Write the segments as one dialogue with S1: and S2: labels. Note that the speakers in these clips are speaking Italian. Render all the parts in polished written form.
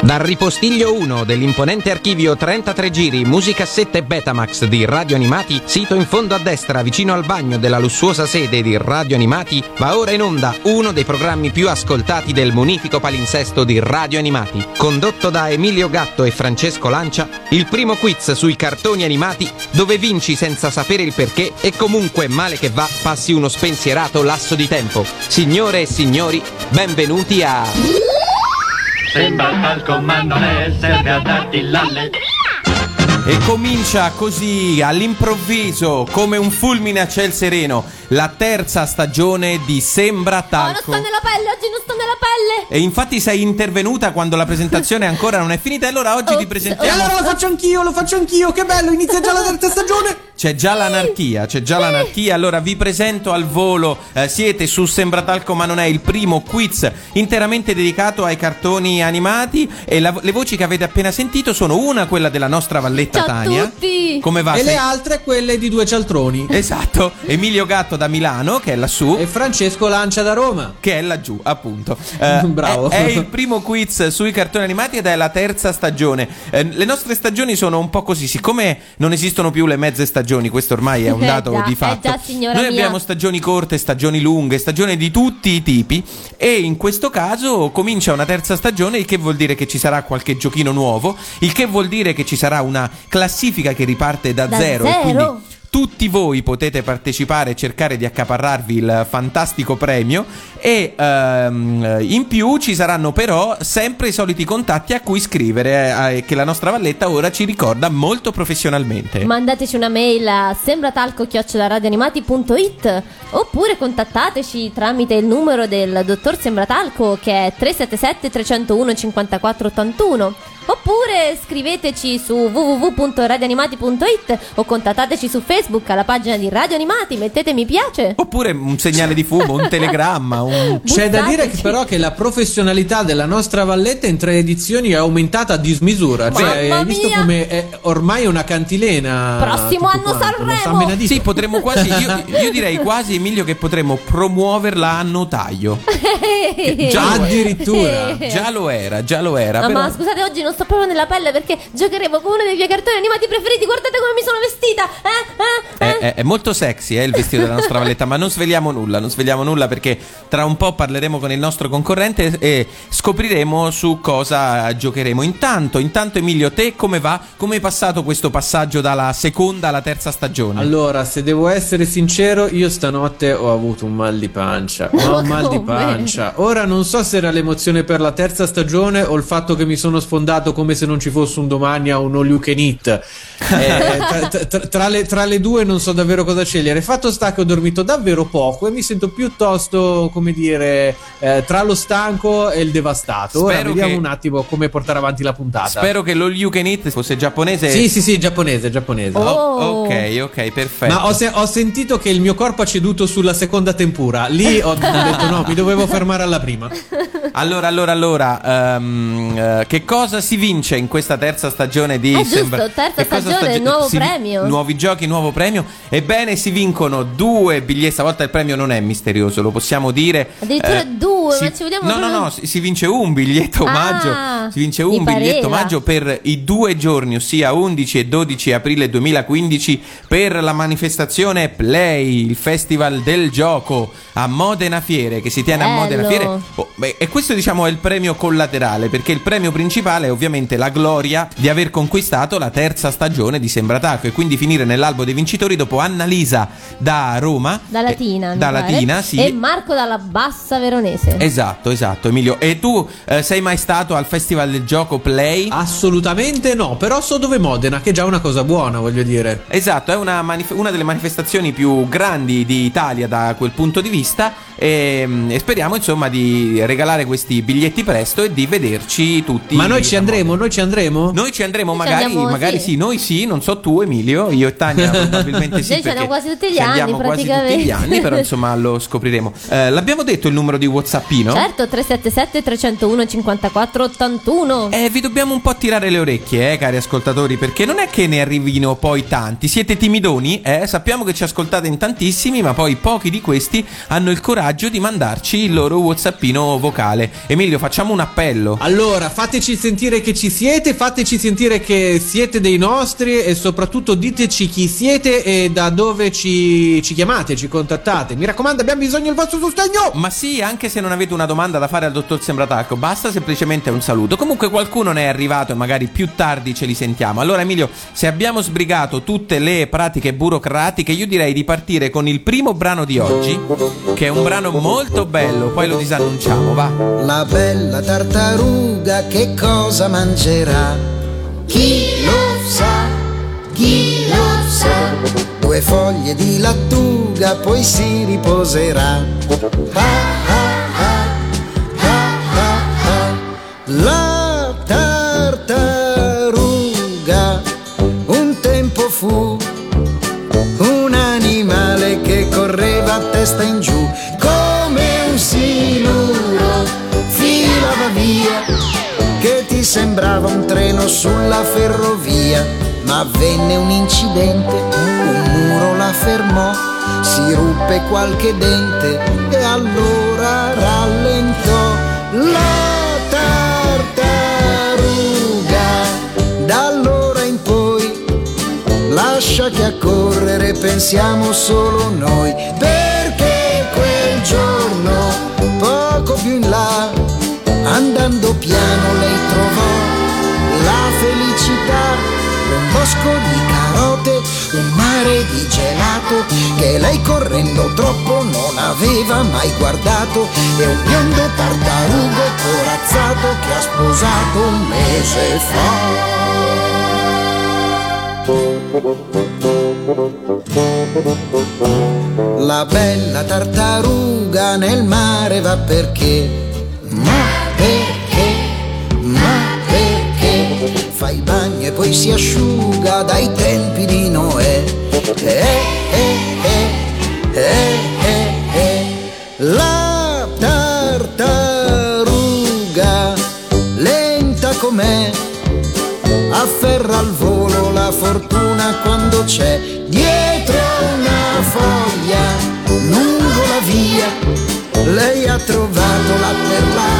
S1: Dal ripostiglio 1 dell'imponente archivio 33 giri, musicassette Betamax di Radio Animati, sito in fondo a destra vicino al bagno della lussuosa sede di Radio Animati, va ora in onda uno dei programmi più ascoltati del munifico palinsesto di Radio Animati. Condotto da Emilio Gatto e Francesco Lancia, il primo quiz sui cartoni animati dove vinci senza sapere il perché e comunque male che va passi uno spensierato lasso di tempo. Signore e signori, benvenuti a...
S2: Sembra talco ma non è, serve a darti l'alle.
S3: E comincia così, all'improvviso, come un fulmine a ciel sereno, la terza stagione di Sembra Talco.
S4: Non sto nella pelle, oggi non sto nella pelle.
S3: E infatti sei intervenuta quando la presentazione ancora non è finita e allora oggi ti presentiamo...
S5: E allora lo faccio anch'io, che bello, inizia già la terza stagione.
S3: C'è già l'anarchia, allora vi presento al volo, siete su Sembra Talco ma non è, il primo quiz interamente dedicato ai cartoni animati e le voci che avete appena sentito sono una quella della nostra Valletta
S4: Ciao
S3: Tania.
S4: a tutti.
S3: Come va?
S5: E le altre quelle di due cialtroni.
S3: Esatto, Emilio Gatto da Milano, che è lassù,
S5: E Francesco Lancia da Roma,
S3: che è laggiù, appunto.
S5: Bravo.
S3: È il primo quiz sui cartoni animati ed è la terza stagione. Le nostre stagioni sono un po' così, siccome non esistono più le mezze stagioni, questo ormai è un dato
S4: già,
S3: di fatto.
S4: già, signora
S3: Noi
S4: mia.
S3: abbiamo stagioni corte, stagioni lunghe, stagioni di tutti i tipi e in questo caso comincia una terza stagione, il che vuol dire che ci sarà qualche giochino nuovo, il che vuol dire che ci sarà una classifica che riparte da zero. E quindi tutti voi potete partecipare e cercare di accaparrarvi il fantastico premio e in più ci saranno però sempre i soliti contatti a cui scrivere che la nostra Valletta ora ci ricorda molto professionalmente.
S4: Mandateci una mail a sembratalco@radioanimati.it oppure contattateci tramite il numero del dottor Sembratalco che è 377 301 5481. Oppure scriveteci su www.radioanimati.it o contattateci su Facebook alla pagina di Radio Animati, mettete mi piace.
S3: Oppure un segnale di fumo, un telegramma,
S5: C'è da dire però che la professionalità della nostra Valletta in 3 edizioni è aumentata a dismisura. Cioè,
S4: Mamma
S5: hai visto
S4: mia.
S5: come è ormai una cantilena.
S4: Prossimo
S5: tutto
S4: anno
S5: quanto,
S4: Sanremo.
S5: lo sa Menadito.
S3: Sì, potremmo quasi, io direi quasi, Emilio, che potremmo promuoverla a notaio.
S5: Già addirittura.
S3: Già lo era.
S4: No,
S3: Però...
S4: ma scusate, oggi non sto proprio nella pelle perché giocheremo con uno dei miei cartoni animati preferiti. Guardate come mi sono vestita.
S3: È molto sexy il vestito della nostra Valletta, ma non sveliamo nulla perché tra un po' parleremo con il nostro concorrente e scopriremo su cosa giocheremo. Intanto Emilio, te come va? Come è passato questo passaggio dalla seconda alla terza stagione?
S5: Allora, se devo essere sincero, io stanotte ho avuto un mal di pancia. Ho un mal di pancia. Ora non so se era l'emozione per la terza stagione o il fatto che mi sono sfondato come se non ci fosse un domani a un all you can eat. Tra le due non so davvero cosa scegliere. Fatto sta che ho dormito davvero poco e mi sento piuttosto, come dire, tra lo stanco e il devastato. Ora vediamo un attimo come portare avanti la puntata.
S3: Spero che l'all you can eat fosse giapponese.
S5: Sì, giapponese.
S3: Ok, perfetto.
S5: Ma ho sentito che il mio corpo ha ceduto sulla seconda tempura. Lì ho detto no, mi dovevo fermare alla prima.
S3: Allora, che cosa si vince in questa terza stagione di
S4: giusto, terza stagione, nuovo premio.
S3: Nuovi giochi, nuovo premio. Ebbene, si vincono 2 biglietti. Stavolta il premio non è misterioso, lo possiamo dire.
S4: Addirittura 2, ma ci vediamo.
S3: No, si vince un biglietto omaggio. Si vince un biglietto omaggio per i 2 giorni, ossia 11 e 12 aprile 2015, per la manifestazione Play, il festival del gioco a Modena Fiere, che si tiene a Modena Fiere. E questo, diciamo, è il premio collaterale, perché il premio principale è ovviamente la gloria di aver conquistato la terza stagione di Sembra Talco e quindi finire nell'albo dei vincitori dopo Annalisa da Roma,
S4: da Latina,
S3: sì,
S4: e Marco dalla Bassa Veronese.
S3: Esatto, Emilio. E tu sei mai stato al festival del gioco Play?
S5: Assolutamente no, però so dove è Modena, che è già una cosa buona, voglio dire.
S3: Esatto, è una delle manifestazioni più grandi d'Italia da quel punto di vista e speriamo insomma di regalare questi biglietti presto e di vederci tutti.
S5: Ma noi ci andremo? Noi ci andremo,
S3: magari sì, noi sì, non so tu Emilio, io e Tania probabilmente sì.
S4: Noi ci andiamo quasi tutti gli anni,
S3: andiamo quasi tutti gli anni, però insomma lo scopriremo. L'abbiamo detto il numero di WhatsAppino?
S4: Certo, 377 301 54 81.
S3: Vi dobbiamo un po' tirare le orecchie, cari ascoltatori, perché non è che ne arrivino poi tanti. Siete timidoni? Sappiamo che ci ascoltate in tantissimi, ma poi pochi di questi hanno il coraggio coraggio di mandarci il loro whatsappino vocale. Emilio, facciamo un appello.
S5: Allora, fateci sentire che ci siete, fateci sentire che siete dei nostri e soprattutto diteci chi siete e da dove ci chiamate, ci contattate. Mi raccomando, abbiamo bisogno del vostro sostegno!
S3: Ma sì, anche se non avete una domanda da fare al dottor Sembratalco, basta semplicemente un saluto. Comunque qualcuno ne è arrivato e magari più tardi ce li sentiamo. Allora Emilio, se abbiamo sbrigato tutte le pratiche burocratiche, io direi di partire con il primo brano di oggi, che è un brano molto bello, poi lo disannunciamo, va.
S6: La bella tartaruga che cosa mangerà? Chi lo sa, chi lo sa? 2 foglie di lattuga poi si riposerà. Ah, ah, ah, ah, ah, ah. La tartaruga un tempo fu un animale che correva a testa in giù, come un siluro filava via, che ti sembrava un treno sulla ferrovia. Ma avvenne un incidente, un muro la fermò, si ruppe qualche dente e allora rallentò. La tartaruga da allora in poi lascia che a correre pensiamo solo noi, perché quel giorno poco più in là, andando piano, lei trovò la felicità. Un bosco di carote, un mare di gelato, che lei correndo troppo non aveva mai guardato, e un biondo tartarugo corazzato che ha sposato un mese fa. La bella tartaruga nel mare va perché? Ma perché? Fa il bagno e poi si asciuga dai tempi di Noè. La tartaruga lenta com'è afferra al volo la fortuna quando c'è dietro una foglia lungo la via. Lei ha trovato là per là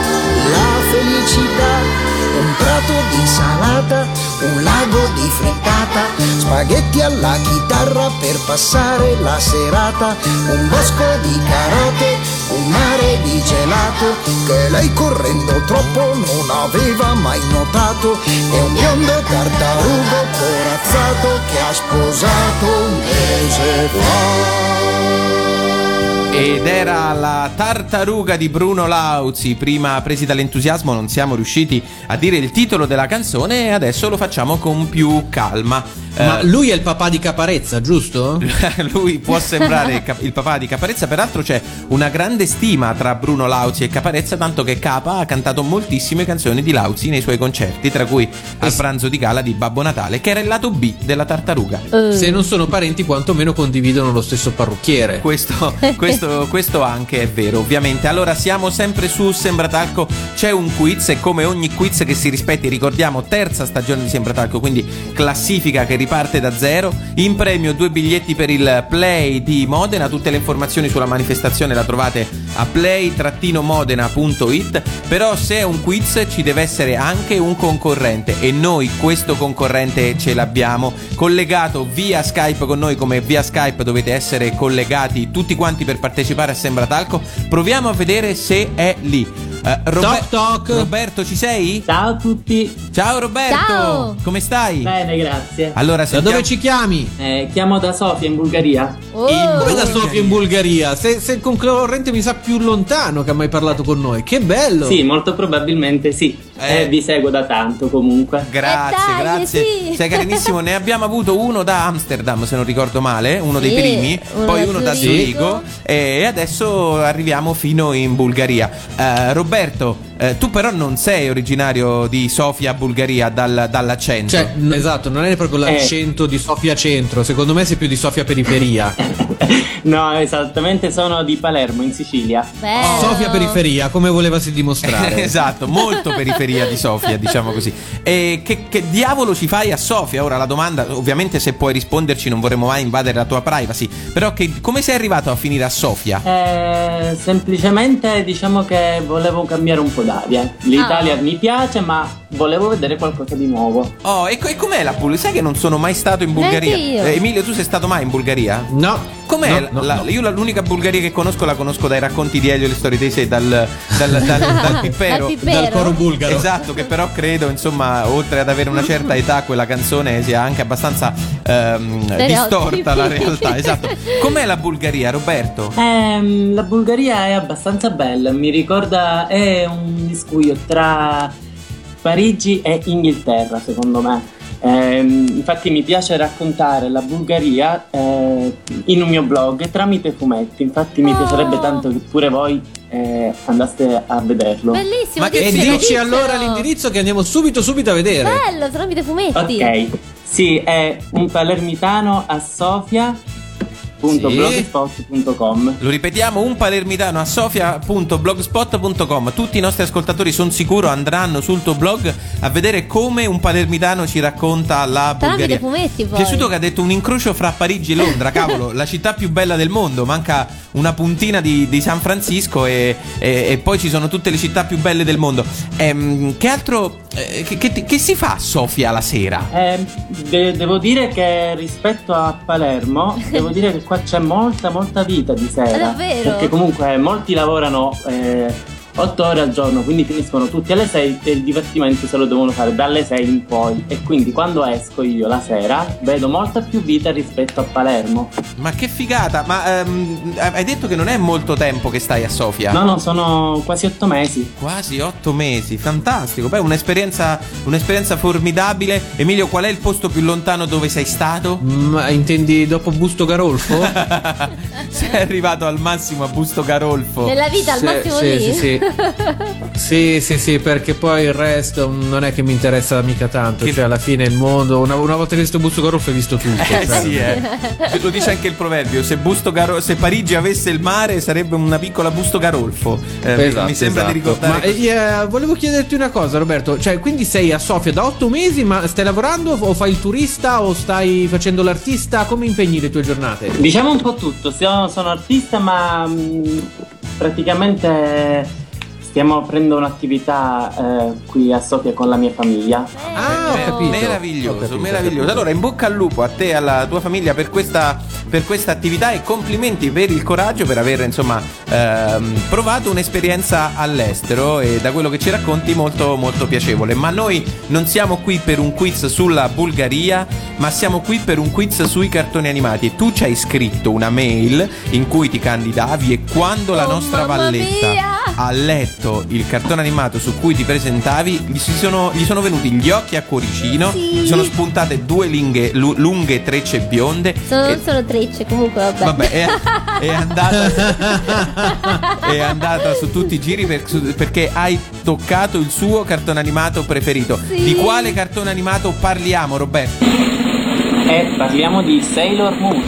S6: la felicità. Un prato di insalata, un lago di frittata, spaghetti alla chitarra per passare la serata, un bosco di carote, un mare di gelato, che lei correndo troppo non aveva mai notato, e un biondo tartarugo corazzato che ha sposato un mese fa.
S3: Ed era la tartaruga di Bruno Lauzi. Prima, presi dall'entusiasmo, non siamo riusciti a dire il titolo della canzone e adesso lo facciamo con più calma.
S5: Ma lui è il papà di Caparezza, giusto?
S3: Lui può sembrare il papà di Caparezza. Peraltro c'è una grande stima tra Bruno Lauzi e Caparezza, tanto che Capa ha cantato moltissime canzoni di Lauzi nei suoi concerti, tra cui al pranzo di gala di Babbo Natale, che era il lato B della tartaruga.
S5: Se non sono parenti, quantomeno condividono lo stesso parrucchiere.
S3: Questo anche è vero, ovviamente. Allora, siamo sempre su Sembratalco, c'è un quiz e come ogni quiz che si rispetti, ricordiamo, terza stagione di Sembratalco, quindi classifica che riparte da zero. In premio 2 biglietti per il Play di Modena. Tutte le informazioni sulla manifestazione la trovate a play-modena.it. Però se è un quiz ci deve essere anche un concorrente, e noi questo concorrente ce l'abbiamo collegato via Skype con noi. Come via Skype dovete essere collegati tutti quanti per partecipare a Sembratalco. Proviamo a vedere se è lì.
S5: Toc toc.
S3: Roberto, ci sei?
S7: Ciao a tutti.
S3: Ciao Roberto.
S4: Ciao.
S3: Come stai?
S7: Bene, grazie.
S3: Allora,
S5: Da dove ci chiami?
S7: Chiamo da Sofia in Bulgaria.
S5: Come da Sofia in Bulgaria? Se il concorrente mi sa più lontano che ha mai parlato con noi. Che bello.
S7: Sì, molto probabilmente sì. Vi seguo da tanto comunque.
S3: Grazie,
S4: dai,
S3: grazie.
S4: sì.
S3: Sei carinissimo. Ne abbiamo avuto uno da Amsterdam, se non ricordo male, uno dei primi, poi uno da Zurigo e adesso arriviamo fino in Bulgaria. Roberto, Tu però non sei originario di Sofia, Bulgaria, dall'accento.
S5: Cioè, esatto, non è proprio l'accento di Sofia centro, secondo me sei più di Sofia periferia.
S7: No, esattamente, sono di Palermo, in Sicilia.
S4: Bello.
S5: Sofia periferia, come volevasi dimostrare.
S3: Esatto, molto periferia di Sofia, diciamo così. E che diavolo ci fai a Sofia? Ora la domanda, ovviamente se puoi risponderci non vorremmo mai invadere la tua privacy, però come sei arrivato a finire a Sofia?
S7: Semplicemente diciamo che volevo cambiare un po' d'aria. L'Italia mi piace, ma volevo vedere qualcosa di nuovo.
S3: Oh, e com'è la Puglia? Sai che non sono mai stato in Bulgaria?
S4: Io.
S3: Emilio, tu sei stato mai in Bulgaria?
S5: No.
S3: Com'è?
S5: No.
S3: Io l'unica Bulgaria che conosco la conosco dai racconti di Elio e le storie dei sé, dal pippero.
S5: Dal coro bulgaro.
S3: Esatto, che però credo, insomma, oltre ad avere una certa età, quella canzone sia anche abbastanza distorta la realtà. Esatto. Com'è la Bulgaria, Roberto?
S7: La Bulgaria è abbastanza bella, mi ricorda, è un miscuglio tra Parigi e Inghilterra, secondo me. Infatti mi piace raccontare la Bulgaria in un mio blog tramite fumetti. Infatti mi piacerebbe tanto che pure voi andaste a vederlo.
S4: Bellissimo.
S3: Ma che
S5: E
S4: diccelo,
S5: dici
S4: diccelo.
S5: allora l'indirizzo che andiamo subito a vedere.
S4: Bello, tramite fumetti.
S7: Ok, sì, è un palermitano a Sofia.blogspot.com.
S3: Lo ripetiamo, un palermitano a sofia.blogspot.com. Tutti i nostri ascoltatori, sono sicuro, andranno sul tuo blog a vedere come un palermitano ci racconta la Bulgaria.
S4: Tramite fumetti, poi.
S3: Piaciuto che ha detto un incrocio fra Parigi e Londra. Cavolo, la città più bella del mondo. Manca una puntina di San Francisco e poi ci sono tutte le città più belle del mondo. Che altro che si fa a Sofia la sera?
S7: Devo dire che rispetto a Palermo, devo dire che qua c'è molta vita di sera.
S4: Davvero?
S7: Perché comunque molti lavorano 8 ore al giorno, quindi finiscono tutti alle 6 e il divertimento se lo devono fare dalle 6 in poi. E quindi quando esco io la sera vedo molta più vita rispetto a Palermo.
S3: Ma che figata! Ma hai detto che non è molto tempo che stai a Sofia?
S7: No, sono quasi 8 mesi.
S3: Quasi 8 mesi, fantastico. Beh, un'esperienza formidabile. Emilio, qual è il posto più lontano dove sei stato?
S5: Ma intendi dopo Busto Garolfo?
S3: Sei arrivato al massimo a Busto Garolfo.
S4: Nella vita al massimo lì.
S5: Sì, perché poi il resto non è che mi interessa mica tanto. Cioè, alla fine il mondo, una volta che hai visto Busto Garolfo hai visto tutto.
S3: Sì, lo dice anche il proverbio. Se Parigi avesse il mare sarebbe una piccola Busto Garolfo. Mi sembra di ricordare.
S5: Ma volevo chiederti una cosa, Roberto. Cioè, quindi sei a Sofia da 8 mesi, ma stai lavorando o fai il turista o stai facendo l'artista? Come impegni le tue giornate?
S7: Diciamo un po' tutto. Sono artista, ma praticamente stiamo aprendo un'attività qui a Sofia con la mia famiglia.
S5: Ho capito.
S3: Meraviglioso. Allora, in bocca al lupo a te e alla tua famiglia per questa attività e complimenti per il coraggio, per aver provato un'esperienza all'estero e da quello che ci racconti molto molto piacevole. Ma noi non siamo qui per un quiz sulla Bulgaria, ma siamo qui per un quiz sui cartoni animati e tu ci hai scritto una mail in cui ti candidavi e quando la nostra
S4: mamma
S3: Valletta
S4: mia!
S3: ha letto il cartone animato su cui ti presentavi, gli sono venuti gli occhi a cuoricino, gli sono spuntate due lunghe trecce bionde.
S4: Non sono trecce, comunque vabbè.
S3: È andata su tutti i giri perché hai toccato il suo cartone animato preferito.
S4: Sì.
S3: Di quale cartone animato parliamo, Roberto?
S7: Parliamo di Sailor Moon.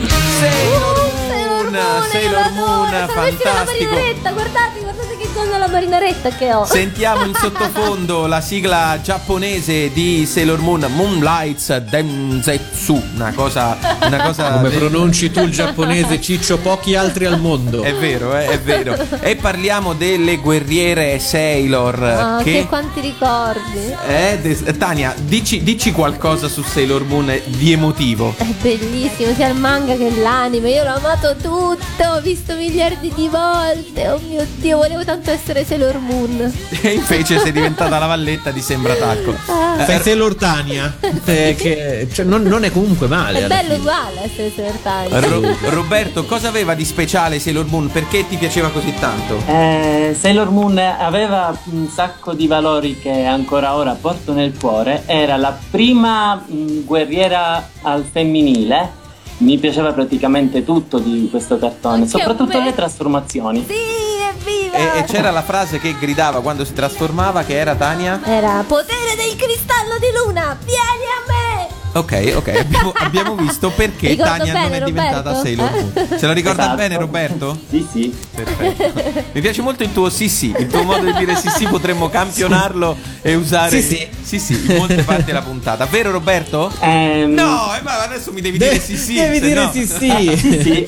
S3: Sailor Moon, fantastico.
S4: La marinaretta, guardate che donna la marinaretta che ho.
S3: Sentiamo in sottofondo la sigla giapponese di Sailor Moon, Moonlights Densetsu, una cosa
S5: Come pronunci tu il giapponese, Ciccio, pochi altri al mondo.
S3: È vero. E parliamo delle guerriere Sailor.
S4: Che quanti ricordi.
S3: Tania, dici qualcosa su Sailor Moon di emotivo.
S4: È bellissimo, sia il manga che l'anime. Io l'ho amato tutto, ho visto miliardi di volte. Oh mio Dio, volevo tanto essere Sailor Moon.
S3: E invece sei diventata la Valletta di Sembratacco.
S5: Sei Sailor Tania, che non è comunque male.
S4: È bello uguale essere Sailor Tania.
S3: Roberto, cosa aveva di speciale Sailor Moon? Perché ti piaceva così tanto?
S7: Sailor Moon aveva un sacco di valori che ancora ora porto nel cuore. Era la prima guerriera al femminile. Mi piaceva praticamente tutto di questo cartone, soprattutto le trasformazioni.
S4: Sì, evviva!
S3: e c'era la frase che gridava quando si trasformava, che era, Tania?
S4: Era potere del cristallo di luna, vieni a me!
S3: Ok, abbiamo visto perché
S4: Ricordo
S3: Tania
S4: bene,
S3: non è diventata
S4: Roberto?
S3: Sailor Moon. Ce lo ricorda
S7: Esatto.
S3: bene, Roberto?
S7: Sì.
S3: Perfetto. Mi piace molto il tuo sì, il tuo modo di dire sì, potremmo campionarlo e usare
S5: Sì.
S3: in molte parti della puntata. Vero, Roberto? No, ma adesso mi devi dire sì.
S5: Devi
S3: se
S5: dire
S3: no-
S5: sì.
S7: Sì.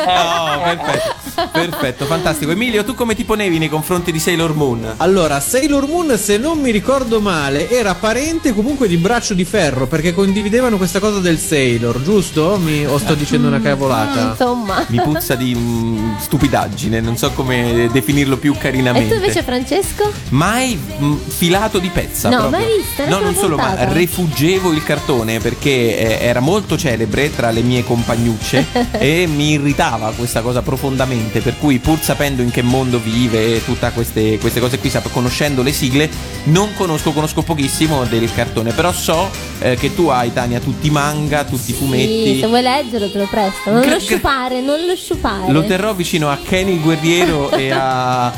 S3: No, perfetto, fantastico. Emilio, tu come ti ponevi nei confronti di Sailor Moon?
S5: Allora, Sailor Moon, se non mi ricordo male, era parente comunque di Braccio di Ferro, perché condividevano questa cosa del Sailor, giusto? O sto dicendo una cavolata?
S4: Insomma.
S3: Mi puzza di stupidaggine, non so come definirlo più
S4: E
S3: carinamente.
S4: tu invece, Francesco?
S3: Mai filato di pezza.
S4: No,
S3: proprio.
S4: mai vista,
S3: No,
S4: neanche
S3: non
S4: una
S3: solo, ma
S4: puntata.
S3: refuggevo il cartone perché era molto celebre tra le mie compagnucce e mi irritava questa cosa profondamente. Per cui, pur sapendo in che mondo vive e tutte queste cose qui, conoscendo le sigle, non conosco pochissimo del cartone. Però so che tu hai, Tania, tutti i manga, tutti i fumetti.
S4: Sì, se vuoi leggerlo te lo presto. Non lo sciupare.
S3: Lo terrò vicino a Kenny il guerriero e a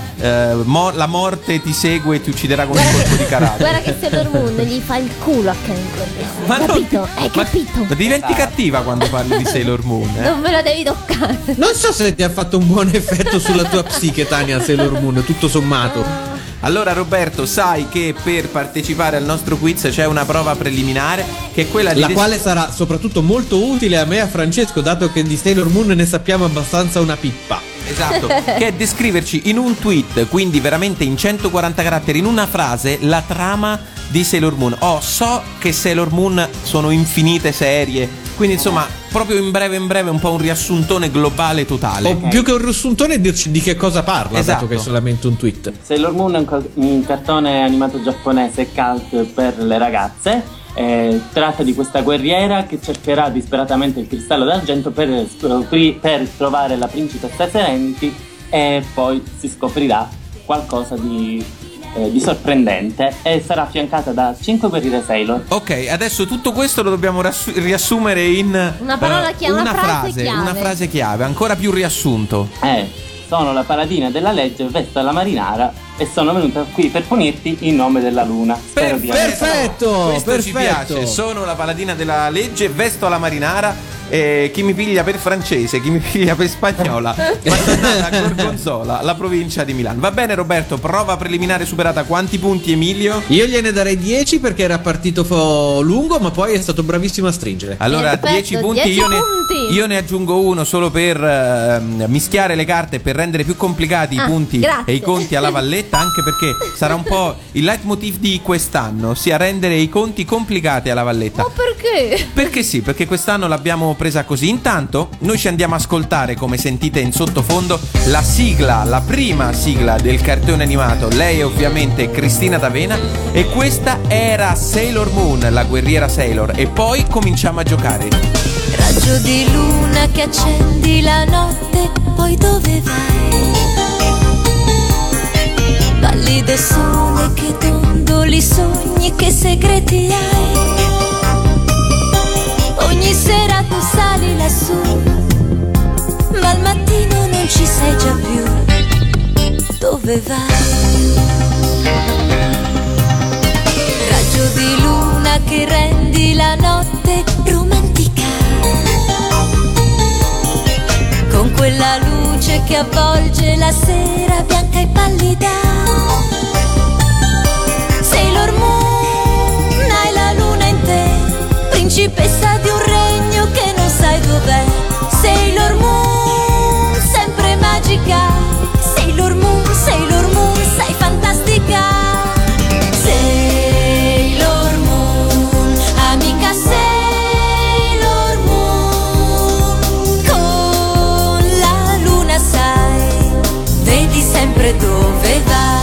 S3: la morte ti segue e ti ucciderà con un colpo di karate.
S4: Guarda che Sailor Moon gli fa il culo a Ken.
S3: Ma non-
S4: Capito? Hai capito?
S3: Ma diventi cattiva quando parli di Sailor Moon, eh?
S4: Non me la devi toccare.
S5: Non so se ti ha fatto un buon effetto sulla tua psiche, Tania, Sailor Moon, tutto sommato.
S3: Allora, Roberto, sai che per partecipare al nostro quiz c'è una prova preliminare, che è quella di
S5: La quale sarà soprattutto molto utile a me e a Francesco, dato che di Sailor Moon ne sappiamo abbastanza una pippa.
S3: Esatto, che è descriverci in un tweet, quindi veramente in 140 caratteri, in una frase, la trama di Sailor Moon. So che Sailor Moon sono infinite serie, quindi insomma, proprio in breve un po' un riassuntone globale totale.
S5: O più che un riassuntone, dirci di che cosa parla,
S3: Esatto.
S5: dato che è solamente un tweet.
S7: Sailor Moon è un cartone animato giapponese cult per le ragazze. Tratta di questa guerriera che cercherà disperatamente il cristallo d'argento per trovare la principessa Serenity, e poi si scoprirà qualcosa di sorprendente e sarà affiancata da 5 guerriere Sailor.
S3: Ok, adesso tutto questo lo dobbiamo riassumere in
S4: Una parola chiave, una frase chiave.
S3: Una frase chiave, ancora più riassunto.
S7: Sono la paladina della legge, vesto la marinara e sono venuta qui per punirti in nome della luna. Spero di aver-
S5: Perfetto,
S3: Questo ci piace. Sono la paladina della legge, vesto alla marinara. Chi mi piglia per francese, chi mi piglia per spagnola. Ma tornata a Gorgonzola, la provincia di Milano. Va bene, Roberto, prova preliminare superata. Quanti punti, Emilio?
S5: Io gliene darei 10 perché era partito lungo, ma poi è stato bravissimo a stringere.
S3: Allora,
S4: Perfetto,
S3: 10 punti.
S4: 10
S3: Io
S4: punti.
S3: io ne aggiungo uno solo per mischiare le carte, per rendere più complicati i punti
S4: grazie.
S3: e i conti alla Valletta, anche perché sarà un po' il leitmotiv di quest'anno, sia rendere i conti complicati alla Valletta.
S4: Ma perché?
S3: Perché sì, perché quest'anno l'abbiamo presa così. Intanto noi ci andiamo a ascoltare, come sentite in sottofondo, la sigla, la prima sigla del cartone animato. Lei è ovviamente Cristina D'Avena e questa era Sailor Moon, la guerriera Sailor. E poi cominciamo a giocare.
S8: Raggio di luna che accendi la notte, poi dove vai? Pallido sole che dondoli sogni, che segreti hai? Ogni sera tu sali lassù, ma al mattino non ci sei già più. Dove vai? Raggio di luna che rendi la notte romantica, con quella luce che avvolge la sera bianca e pallida. Sailor Moon, hai la luna in te, principessa di un regno che non sai dov'è. Sailor Moon, sempre magica. Sailor Moon, sei fantastica. Sailor Moon, amica Sailor Moon, con la luna sai, vedi sempre dove vai.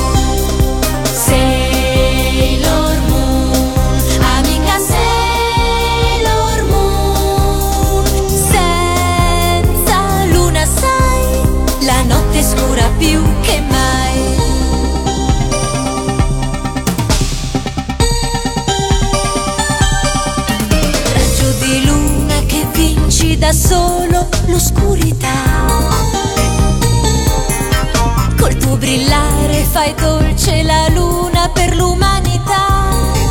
S8: Sailor Moon, amica Sailor Moon, senza luna sai, la notte è scura più che mai. Raggio di luna che vinci da solo l'oscurità, col tuo più brillare, fai dolce la luna per l'umanità.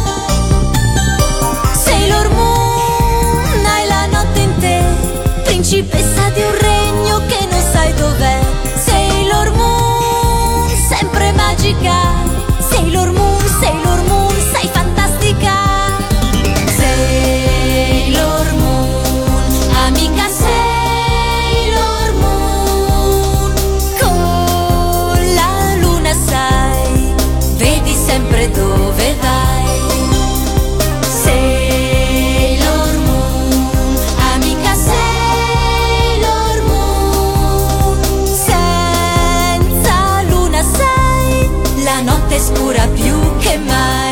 S8: Sailor Moon, hai la notte in te, principessa di un regno che non sai dov'è. Sailor Moon, sempre magica. Sailor Moon, sei fantastica. Sailor Moon, amica Sailor Moon, con la luna sai, vedi sempre dove vai. Sailor Moon, amica Sailor Moon, senza luna sai, la notte è scura più che mai.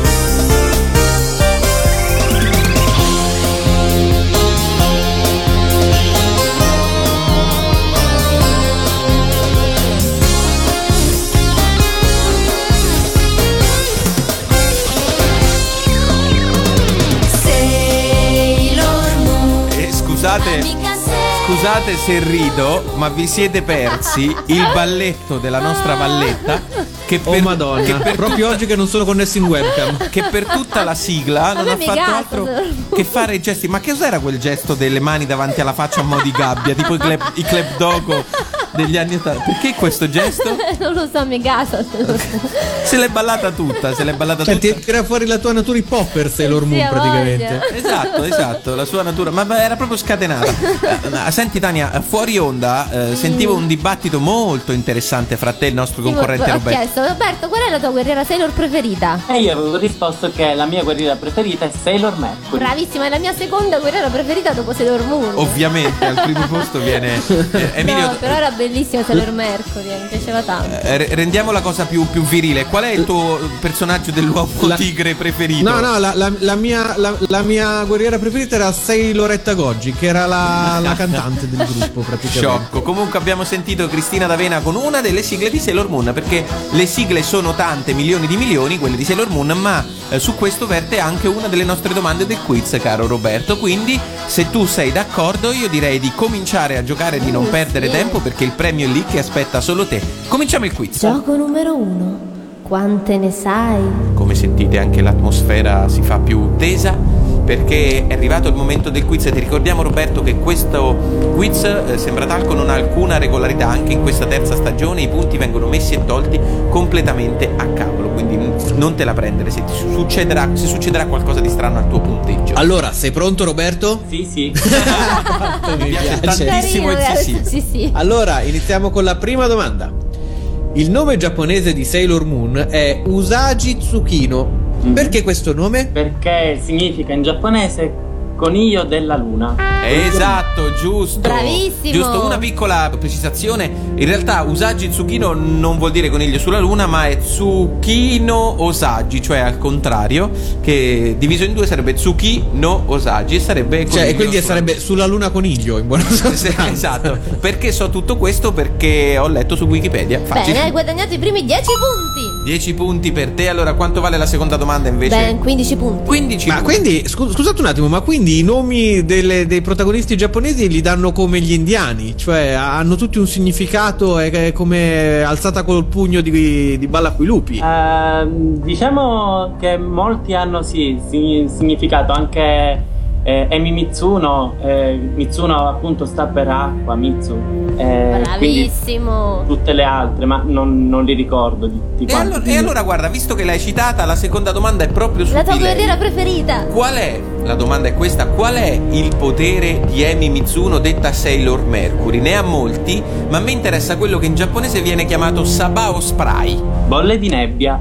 S3: Scusate se rido, ma vi siete persi il balletto della nostra Valletta che per,
S5: oh madonna,
S3: che per
S5: proprio oggi che non sono connessi in webcam,
S3: che per tutta la sigla non ha fatto altro che fare i gesti. Ma che cos'era quel gesto delle mani davanti alla faccia a mo' di gabbia, tipo i Club Dogo degli anni 80? Perché questo gesto?
S4: Non lo so, mi gasa.
S3: Se l'è ballata tutta,
S5: cioè, ti tira fuori la tua natura hip hopper, Sailor Moon, praticamente.
S3: Esatto, la sua natura, ma era proprio scatenata. Senti Tania, fuori onda sentivo un dibattito molto interessante fra te e il nostro concorrente Roberto.
S4: Ho chiesto, Roberto, qual è la tua guerriera Sailor preferita?
S7: E io avevo risposto che la mia guerriera preferita è Sailor Mercury.
S4: Bravissima, è la mia seconda guerriera preferita dopo Sailor Moon.
S3: Ovviamente al primo posto viene Emilio.
S4: No, però era bellissima Sailor Mercury, mi piaceva tanto.
S3: Rendiamo la cosa più virile. Qual è il tuo personaggio dell'uomo tigre preferito?
S5: No, la mia guerriera preferita era Sailoretta Goggi, che era la cantante del gruppo praticamente.
S3: Sciocco. Comunque abbiamo sentito Cristina D'Avena con una delle sigle di Sailor Moon, perché le sigle sono tante, milioni di milioni, quelle di Sailor Moon, ma su questo verte anche una delle nostre domande del quiz, caro Roberto. Quindi se tu sei d'accordo io direi di cominciare a giocare e di non perdere tempo, perché il premio è lì che aspetta solo te. Cominciamo il quiz.
S4: Gioco numero 1. Quante ne sai?
S3: Come sentite anche l'atmosfera si fa più tesa, perché è arrivato il momento del quiz. E ti ricordiamo, Roberto, che questo quiz Sembratalco non ha alcuna regolarità. Anche in questa terza stagione i punti vengono messi e tolti completamente a cavolo, quindi non te la prendere se succederà qualcosa di strano al tuo punteggio.
S5: Allora, sei pronto, Roberto?
S7: Sì.
S3: Mi piace tantissimo il
S4: sì.
S5: Allora, iniziamo con la prima domanda. Il nome giapponese di Sailor Moon è Usagi Tsukino. Perché questo nome?
S7: Perché significa in giapponese coniglio della luna.
S3: Esatto, giusto.
S4: Bravissimo.
S3: Giusto, una piccola precisazione. In realtà Usagi Tsukino non vuol dire coniglio sulla luna, ma è Tsukino Osagi, cioè al contrario, che diviso in due sarebbe Tsukino Osagi e sarebbe coniglio,
S5: e quindi sarebbe sulla luna coniglio in buona sostanza.
S3: Esatto. Perché so tutto questo? Perché ho letto su Wikipedia. Facile.
S4: Bene, hai guadagnato i primi 10 punti.
S3: 10 punti per te. Allora quanto vale la seconda domanda invece?
S4: Ben, 15 punti.
S3: 15
S5: Ma
S3: punti.
S5: quindi, scusate un attimo, ma quindi i nomi dei protagonisti giapponesi li danno come gli indiani? Cioè hanno tutti un significato, è come alzata col pugno di balla coi lupi?
S7: Diciamo che molti hanno significato. Anche Emi Mitsuno, Mitsuno appunto sta per acqua, Mitsu.
S4: Bravissimo.
S7: Tutte le altre, ma non li ricordo di quanti.
S3: E allora guarda, visto che l'hai citata, la seconda domanda è proprio su
S4: La tua
S3: di lei.
S4: guerriera preferita?
S3: Qual è? La domanda è questa: qual è il potere di Emi Mitsuno, detta Sailor Mercury? Ne ha molti, ma a me interessa quello che in giapponese viene chiamato Sabao Spray.
S7: Bolle di nebbia.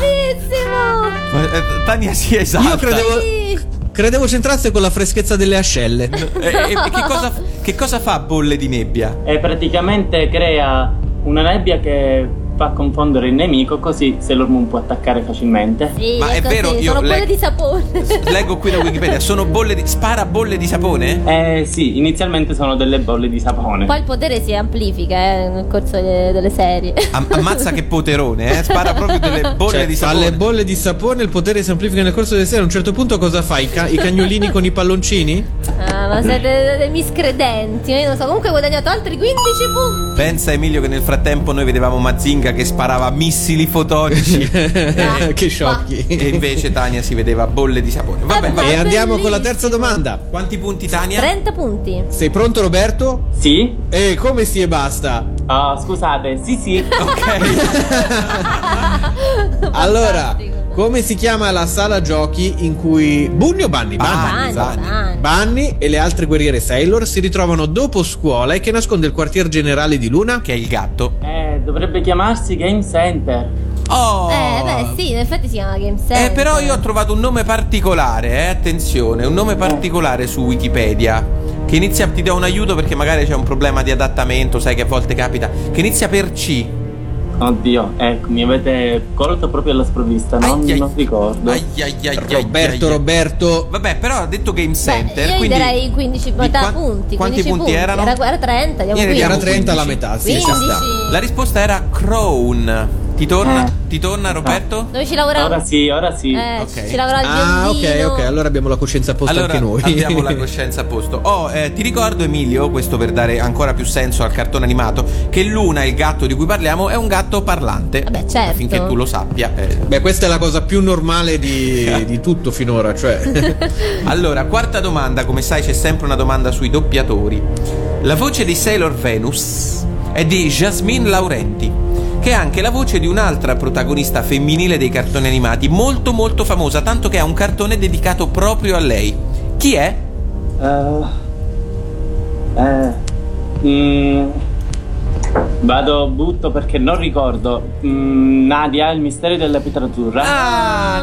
S4: Bravissimo.
S3: Tania si esalta.
S5: Io credevo c'entrasse con la freschezza delle ascelle.
S3: E che cosa fa bolle di nebbia?
S7: E praticamente crea una nebbia che fa confondere il nemico, così Sailor Moon può attaccare facilmente.
S4: Sì,
S3: Ma è
S4: così,
S3: vero, io
S4: sono bolle di sapone.
S3: Leggo qui da Wikipedia, sono spara bolle di sapone?
S7: Sì, inizialmente sono delle bolle di sapone.
S4: Poi il potere si amplifica nel corso delle serie.
S3: Ammazza che poterone, spara proprio delle bolle di sapone.
S5: Alle bolle di sapone il potere si amplifica nel corso delle serie. A un certo punto cosa fai? I cagnolini con i palloncini?
S4: Ah, ma siete dei miscredenti. Io non so, comunque hai guadagnato altri 15 punti.
S3: Pensa Emilio che nel frattempo noi vedevamo Mazinga che sparava missili fotonici
S5: Che sciocchi.
S3: e invece Tania si vedeva bolle di sapone. Vabbè,
S4: ma-
S5: E andiamo con la
S4: bellissimo.
S5: terza domanda.
S3: quanti punti Tania?
S4: 30 punti.
S5: Sei pronto, Roberto?
S7: Sì?
S5: E come si e basta?
S7: Oh, scusate, sì.
S5: Allora, come si chiama la sala giochi in cui Bunny o Bunny?
S4: Bunny.
S5: Bunny e le altre guerriere Sailor si ritrovano dopo scuola e che nasconde il quartier generale di Luna?
S3: Che è il gatto.
S7: Dovrebbe chiamarsi Game Center.
S3: Oh!
S4: Beh, sì, in effetti si chiama Game Center.
S3: Però io ho trovato un nome particolare, attenzione, un nome particolare su Wikipedia. Che inizia, ti do un aiuto perché magari c'è un problema di adattamento, sai che a volte capita. Che inizia per C.
S7: Oddio, ecco, mi avete colto proprio alla sprovvista, non ricordo.
S5: Roberto.
S3: Vabbè, però ha detto Game Center.
S4: Io gli
S3: quindi
S4: darei 15 punti.
S3: Quanti
S4: 15
S3: punti erano?
S4: Era 30, diamo
S3: Ieri
S4: 15.
S5: Era 30 la
S3: 15.
S5: metà, sì, ci
S4: 15.
S5: sta.
S3: La risposta era Crown. Ti torna Roberto?
S4: Dove ci lavoriamo?
S7: Ora sì.
S3: Ok.
S4: Ci lavora il
S5: Ah,
S4: biondino.
S5: ok, allora abbiamo la coscienza a posto
S3: Allora
S5: anche noi.
S3: abbiamo la coscienza a posto. Ti ricordo, Emilio, questo per dare ancora più senso al cartone animato, che Luna, il gatto di cui parliamo, è un gatto parlante.
S4: Vabbè, certo.
S3: Affinché tu lo sappia.
S5: Beh, questa è la cosa più normale di tutto finora, cioè.
S3: Allora, quarta domanda. Come sai c'è sempre una domanda sui doppiatori. La voce di Sailor Venus è di Jasmine Laurenti, che è anche la voce di un'altra protagonista femminile dei cartoni animati molto molto famosa, tanto che ha un cartone dedicato proprio a lei. Chi è?
S7: Butto perché non ricordo. Nadia, il mistero della pietra azzurra.
S3: Ah,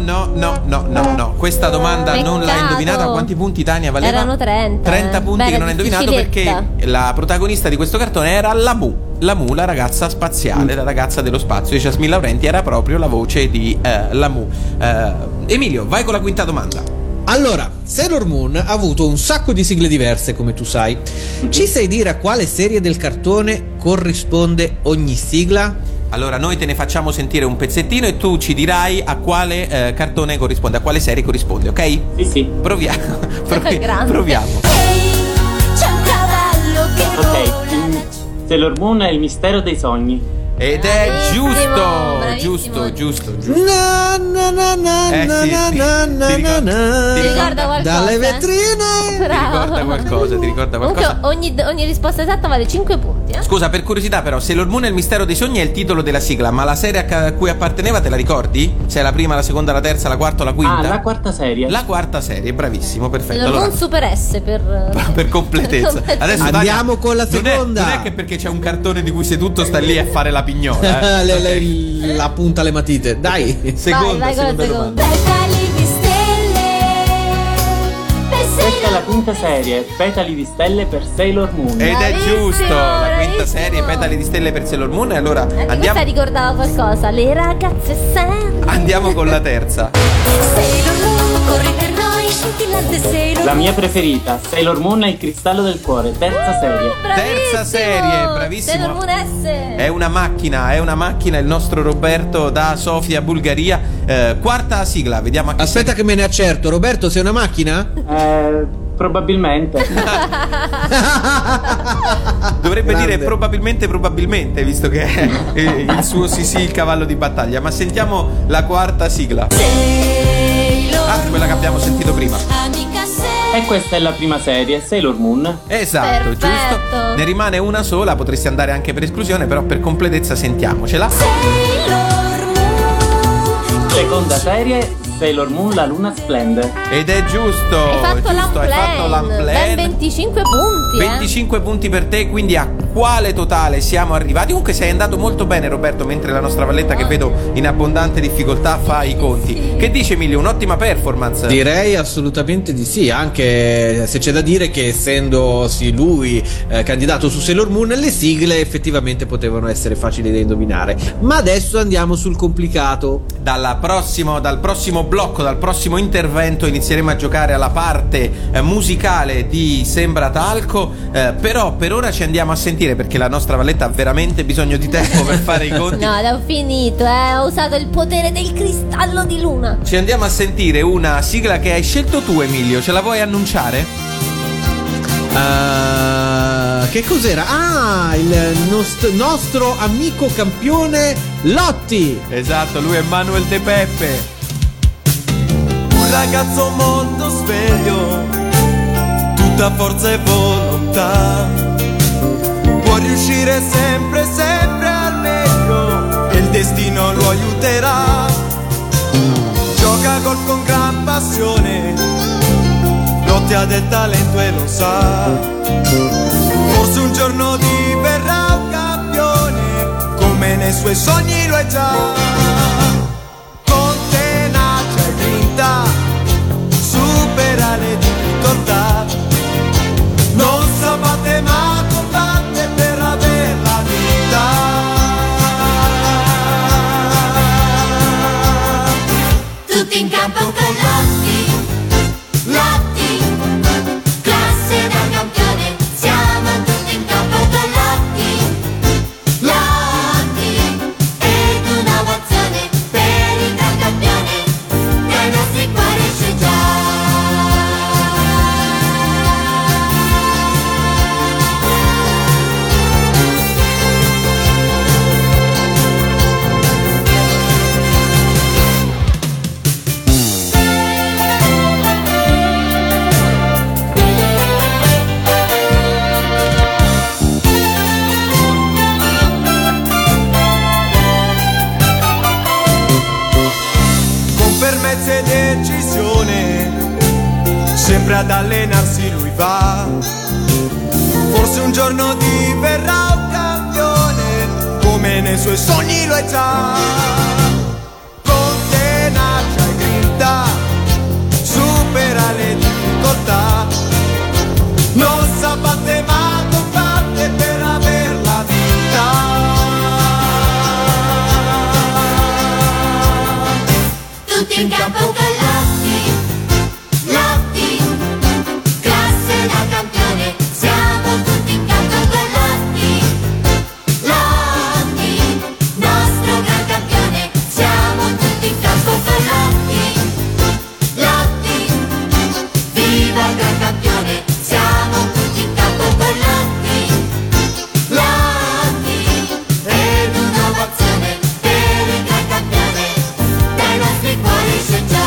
S3: no. Questa domanda non l'hai
S4: Peccato.
S3: indovinata. Quanti punti, Tania, valeva?
S4: Erano 30.
S3: 30 punti
S4: Bella
S3: che non hai indovinato
S4: difficiletta.
S3: perché la protagonista di questo cartone era Lamu. Lamu, la ragazza spaziale, la ragazza dello spazio. E Jasmine Laurenti era proprio la voce di Lamu. Emilio, vai con la quinta domanda.
S5: Allora, Sailor Moon ha avuto un sacco di sigle diverse, come tu sai. Ci sai dire a quale serie del cartone corrisponde ogni sigla?
S3: Allora, noi te ne facciamo sentire un pezzettino e tu ci dirai a quale cartone corrisponde, a quale serie corrisponde, ok?
S7: Sì.
S3: Proviamo.
S4: Grande.
S3: Proviamo.
S8: Ehi, c'è un cavallo che
S7: Ok.
S8: vola.
S7: Sailor Moon è il mistero dei sogni.
S3: Ed è
S4: Bravissimo,
S3: giusto.
S5: Na na na na
S3: Eh
S5: na
S3: sì,
S5: na
S3: ti
S5: na na
S3: ricorda-
S5: na.
S3: ti
S4: ricorda qualcosa?
S5: Dalle vetrine.
S3: Ti ricorda qualcosa?
S4: Comunque ogni risposta esatta vale 5 punti.
S3: Scusa, per curiosità però, Sailor Moon e il mistero dei sogni è il titolo della sigla, ma la serie a cui apparteneva te la ricordi? Se è la prima, la seconda, la terza, la quarta o la quinta?
S7: La quarta serie.
S3: La quarta serie, bravissimo, perfetto.
S4: Allora,
S3: Allora,
S4: un super S per
S3: completezza. Adesso
S5: Andiamo
S3: Tania,
S5: con la seconda.
S3: Non è che perché c'è un cartone di cui sei tutto sta lì a fare la pignola.
S5: La punta alle matite. Dai.
S3: Seconda
S4: vai con la
S3: domanda.
S4: seconda.
S8: Petali di stelle per
S7: Questa è la
S8: Sailor
S7: quinta serie, Petali di stelle per Sailor Moon.
S3: Ed è
S4: Bravissimo,
S3: giusto, la quinta
S4: bravissimo.
S3: serie, Petali di stelle per Sailor Moon. E allora
S4: Anche
S3: andiamo,
S4: questa ricordava qualcosa. Le ragazze sempre.
S3: andiamo con la terza.
S8: Sailor Moon corre per noi, scintillante Sailor
S7: La
S8: Moon.
S7: mia preferita, Sailor Moon e il cristallo del cuore, terza serie.
S3: Terza serie, bravissimo.
S4: Sailor Moon S.
S3: È una macchina il nostro Roberto da Sofia, Bulgaria. Quarta sigla, vediamo a chi
S5: Aspetta che me ne accerto. Roberto, sei una macchina?
S7: Probabilmente.
S3: dovrebbe
S5: Grande.
S3: dire probabilmente, visto che è il suo sì, il cavallo di battaglia. Ma sentiamo la quarta sigla.
S8: Sailor
S3: Ah, quella che abbiamo sentito prima.
S8: amica Sailor
S7: E questa è la prima serie, Sailor Moon.
S3: Esatto,
S4: Perfetto.
S3: giusto. Ne rimane una sola, potresti andare anche per esclusione, però per completezza sentiamocela.
S8: Moon.
S7: Seconda serie, Sailor Moon, la luna splende.
S3: Ed è giusto.
S4: Hai fatto
S3: hai fatto
S4: l'unplan. Ben 25 punti.
S3: 25 punti per te, quindi a quale totale siamo arrivati? Comunque sei andato molto bene, Roberto, mentre la nostra Valletta, che vedo in abbondante difficoltà, fa i conti.
S4: Sì.
S3: Che dice Emilio? Un'ottima performance.
S5: Direi assolutamente di sì, anche se c'è da dire che essendosi lui candidato su Sailor Moon, le sigle effettivamente potevano essere facili da indovinare. Ma adesso andiamo sul complicato.
S3: Dal prossimo blocco, dal prossimo intervento inizieremo a giocare alla parte musicale di Sembra Talco, però per ora ci andiamo a sentire, perché la nostra Valletta ha veramente bisogno di tempo per fare i conti.
S4: No, l'ho finito, ho usato il potere del cristallo di luna.
S3: Ci andiamo a sentire una sigla che hai scelto tu, Emilio, ce la vuoi annunciare?
S5: Che cos'era? Ah, il nostro amico campione Lotti.
S3: Esatto, lui è Manuel De Peppe.
S9: Un ragazzo molto sveglio, tutta forza e volontà, può riuscire sempre, sempre al meglio, e il destino lo aiuterà. Gioca golf con gran passione, Lotti ha del talento e lo sa. Forse un giorno diverrà un campione, come nei suoi sogni lo è già. Con tenacia e grinta supera le difficoltà, non s'abbatte ma combatte per aver la vita.
S8: Tutti in campo con Lotti, Lotti, classe da campione, siamo tutti in campo con Lotti, Lotti, ed un'ovazione per il gran campione, dai nostri cuori esce già.
S9: Fermezza e decisione, sempre ad allenarsi lui va. Forse un giorno diverrà un campione, come nei suoi sogni lo è già. Con tenacia e grinta supera le difficoltà, non s'abbatte ma combatte per aver la vita.
S8: Tutti in campo con Lotti, Lotti, classe da campione, siamo tutti in campo con Lotti, Lotti, nostro gran campione, siamo tutti in campo con Lotti, Lotti, viva il gran campione, siamo tutti in campo con Lotti, Lotti, ed un'ovazione per il gran campione, dai nostri cuori esce già.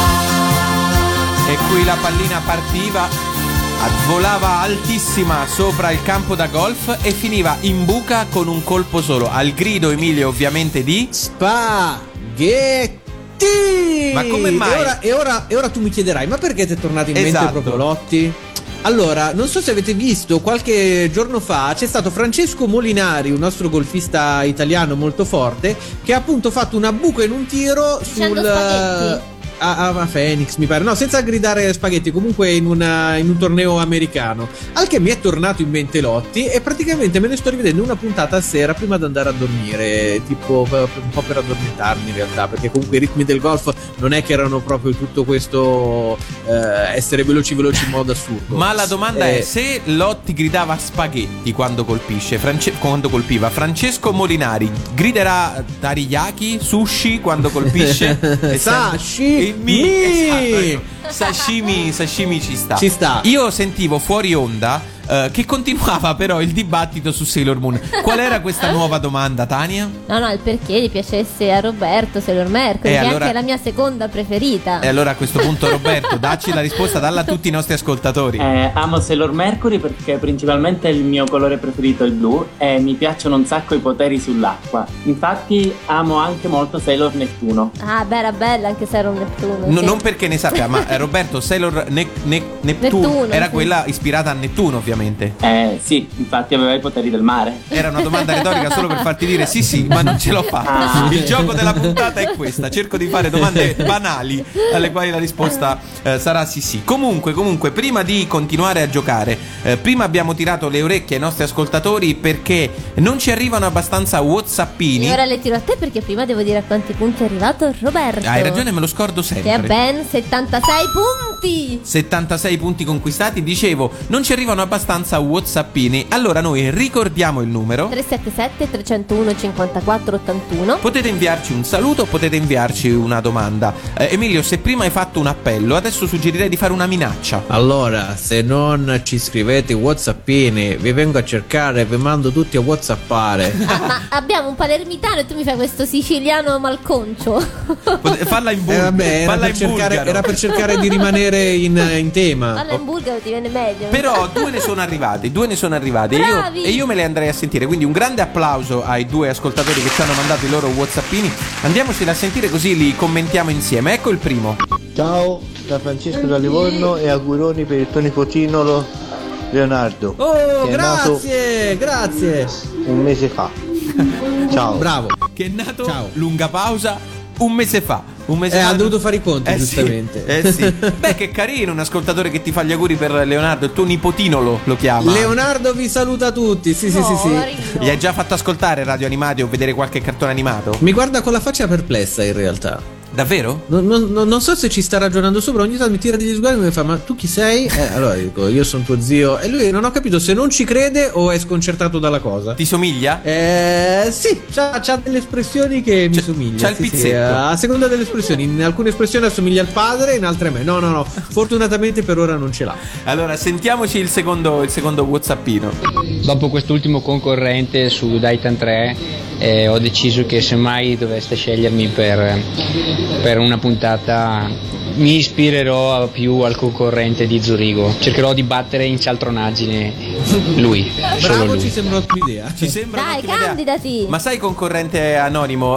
S3: E qui la pallina partiva, volava altissima sopra il campo da golf e finiva in buca con un colpo solo. Al grido, Emilio, ovviamente di
S5: Spaghetti.
S3: Ma come mai?
S5: E ora tu mi chiederai, ma perché ti è tornato in mente
S3: Esatto.
S5: proprio Lotti? Allora, non so se avete visto, qualche giorno fa c'è stato Francesco Molinari, un nostro golfista italiano molto forte, che ha appunto fatto una buca in un tiro
S4: Dicendo
S5: sul
S4: spaghetti.
S5: a Phoenix, mi pare. No, senza gridare spaghetti, comunque in un torneo americano. Al che mi è tornato in mente Lotti e praticamente me ne sto rivedendo una puntata a sera prima di andare a dormire, tipo un po' per addormentarmi in realtà, perché comunque i ritmi del golf non è che erano proprio tutto questo essere veloci in modo assurdo.
S3: Ma la domanda è: se Lotti gridava spaghetti quando colpiva, Francesco Molinari griderà teriyaki, sushi quando colpisce?
S5: Sashimi!
S3: Esatto. Sashimi ci sta.
S5: Ci sta.
S3: Io sentivo fuori onda che continuava però il dibattito su Sailor Moon. Qual era questa nuova domanda, Tania?
S4: No, il perché gli piacesse a Roberto Sailor Mercury, che
S3: allora-
S4: anche è la mia seconda preferita.
S3: E allora a questo punto, Roberto, dacci la risposta, dalla a tutti i nostri ascoltatori.
S7: Amo Sailor Mercury perché principalmente il mio colore preferito è il blu e mi piacciono un sacco i poteri sull'acqua. Infatti amo anche molto Sailor Nettuno.
S4: Ah, beh, era bella anche Sailor Nettuno.
S3: No,
S4: sì.
S3: non perché ne sappia, ma Roberto, Sailor Neptuno era
S4: sì.
S3: quella ispirata a Nettuno, ovviamente.
S7: Sì, infatti aveva i poteri del mare.
S3: Era una domanda retorica solo per farti dire sì, ma non ce l'ho fatta. Il gioco della puntata è questa. Cerco di fare domande banali alle quali la risposta sarà sì. Comunque, prima di continuare a giocare, prima abbiamo tirato le orecchie ai nostri ascoltatori perché non ci arrivano abbastanza whatsappini.
S4: E ora le tiro a te perché prima devo dire a quanti punti è arrivato Roberto.
S3: Hai ragione, me lo scordo sempre.
S4: Che è ben 76 punti. punti!
S3: 76 punti conquistati. Dicevo, non ci arrivano abbastanza whatsappini. Allora noi ricordiamo il numero
S4: 377 301 54 81.
S3: Potete inviarci un saluto, potete inviarci una domanda. Emilio, se prima hai fatto un appello, adesso suggerirei di fare una minaccia.
S5: Allora, se non ci scrivete whatsappini, vi vengo a cercare e vi mando tutti a whatsappare.
S4: Ma abbiamo un palermitano e tu mi fai questo siciliano malconcio.
S3: Falla in bulgaro.
S5: Vabbè, era per cercare di rimanere in tema.
S4: Parla in bulgaro, ti viene meglio.
S3: Però due ne sono arrivati.
S4: Bravi.
S3: E io me le andrei a sentire. Quindi un grande applauso ai due ascoltatori che ci hanno mandato i loro whatsappini. Andiamoceli a sentire così li commentiamo insieme. Ecco il primo.
S10: Ciao, da Francesco da Livorno e auguroni per il tuo nipotino Leonardo.
S5: Oh,
S10: che è nato
S5: grazie.
S10: un mese fa. Ciao.
S5: Bravo.
S3: Che è nato,
S5: Ciao.
S3: lunga pausa, un mese fa.
S5: Ha dovuto fare i conti, giustamente.
S3: Sì. Beh, che carino, un ascoltatore che ti fa gli auguri per Leonardo. Il tuo nipotino lo chiama.
S5: Leonardo vi saluta tutti. Sì.
S3: Gli hai già fatto ascoltare radio animati o vedere qualche cartone animato?
S5: Mi guarda con la faccia perplessa, in realtà.
S3: Davvero?
S5: Non so se ci sta ragionando sopra. Ogni tanto mi tira degli sguardi e mi fa: ma tu chi sei? Allora dico: io sono tuo zio. E lui non ho capito se non ci crede o è sconcertato dalla cosa.
S3: Ti somiglia?
S5: Sì, c'ha delle espressioni che mi somigliano.
S3: C'ha il pizzetto.
S5: A seconda delle espressioni. In alcune espressioni assomiglia al padre, in altre a me. No. Fortunatamente per ora non ce l'ha.
S3: Allora, sentiamoci il secondo whatsappino.
S11: Dopo quest'ultimo concorrente su Daitan 3 ho deciso che se mai doveste scegliermi per una puntata mi ispirerò più al concorrente di Zurigo. Cercherò di battere in cialtronaggine lui. Solo
S5: Bravo,
S11: lui.
S5: ci sembra un'ottima idea.
S4: Dai, candidati.
S3: Ma sai, concorrente anonimo,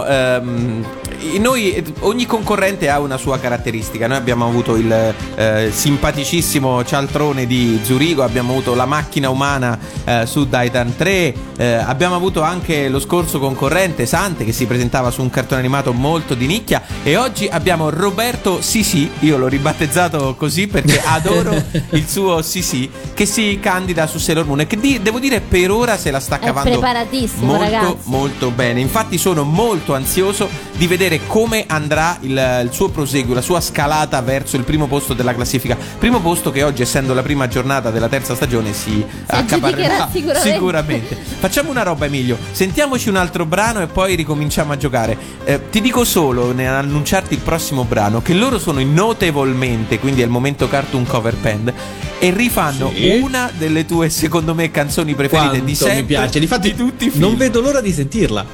S3: ogni concorrente ha una sua caratteristica. Noi abbiamo avuto il simpaticissimo cialtrone di Zurigo, abbiamo avuto la macchina umana su Daitan 3, abbiamo avuto anche lo scorso concorrente Sante che si presentava su un cartone animato molto di nicchia, e oggi abbiamo Roberto Sisi, io l'ho ribattezzato così perché adoro il suo Sisi, che si candida su Sailor Moon e che devo dire per ora se la sta cavando
S4: preparatissimo, ragazzi.
S3: molto bene. Infatti sono molto ansioso di vedere come andrà il suo proseguo, la sua scalata verso il primo posto della classifica. Primo posto che oggi, essendo la prima giornata della terza stagione, si accaparrerà sicuramente. Facciamo una roba, Emilio, sentiamoci un altro brano e poi ricominciamo a giocare. Ti dico solo, nell'annunciarti il prossimo brano, che loro sono notevolmente, quindi è il momento Cartoon Cover Band, e rifanno una delle tue, secondo me, canzoni preferite.
S5: Quanto
S3: di sempre,
S5: mi piace, difatti
S3: di tutti i film.
S5: non vedo l'ora di sentirla.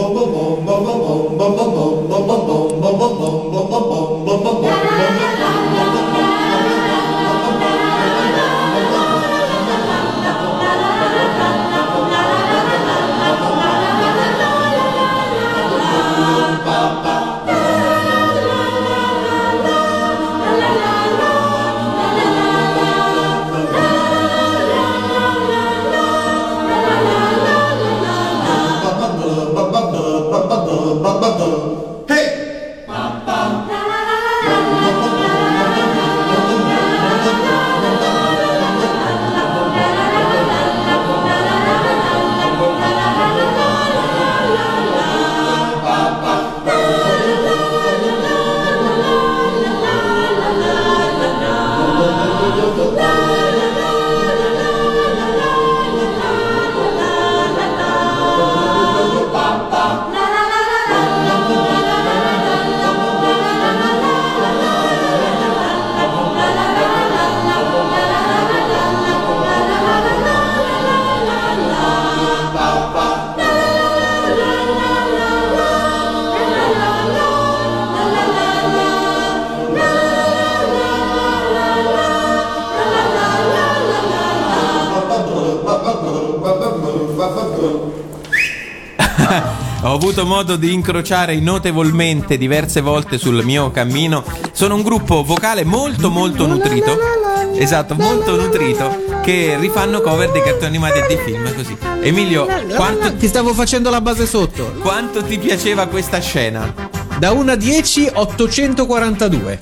S3: Ho avuto modo di incrociare notevolmente diverse volte sul mio cammino. Sono un gruppo vocale molto nutrito. Esatto, molto nutrito, che rifanno cover dei cartoni animati e dei film così. Emilio, quanto
S5: ti stavo facendo la base sotto?
S3: Quanto ti piaceva questa scena?
S5: Da 1 a 10, 842.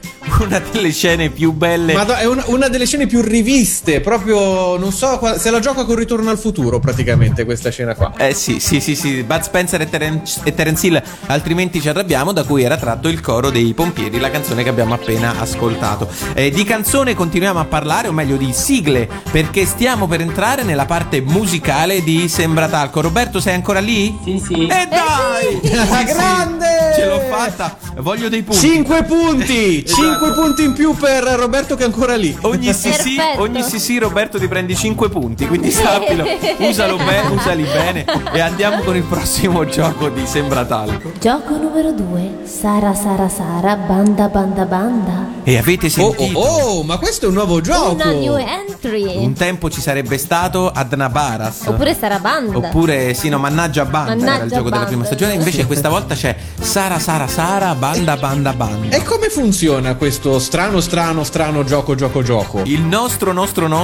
S3: una delle scene più belle.
S5: Ma è una delle scene più riviste, proprio non so se la gioca con Ritorno al futuro praticamente questa scena qua.
S3: Sì, Bud Spencer e Terence Hill, altrimenti ci arrabbiamo, da cui era tratto il coro dei pompieri, la canzone che abbiamo appena ascoltato. Di canzone continuiamo a parlare, o meglio di sigle, perché stiamo per entrare nella parte musicale di Sembratalco. Roberto, sei ancora lì?
S7: Sì.
S3: E dai!
S5: Grande!
S3: Ce l'ho fatta, voglio dei punti.
S5: 5 punti! 5 punti in più per Roberto che è ancora lì.
S3: Ogni sì, Roberto ti prendi 5 punti, quindi sappilo, usali bene e andiamo con il prossimo gioco di Sembratalco.
S4: Gioco numero 2. Sara, banda, banda, banda.
S3: E avete sentito?
S5: Oh, ma questo è un nuovo gioco.
S4: Una new entry.
S3: Un tempo ci sarebbe stato Adna Baras.
S4: Oppure Sara Banda.
S3: Oppure, Mannaggia Banda era il gioco della prima stagione. Invece questa volta c'è Sara, banda, banda, banda.
S5: E come funziona questo strano gioco?
S3: Il nostro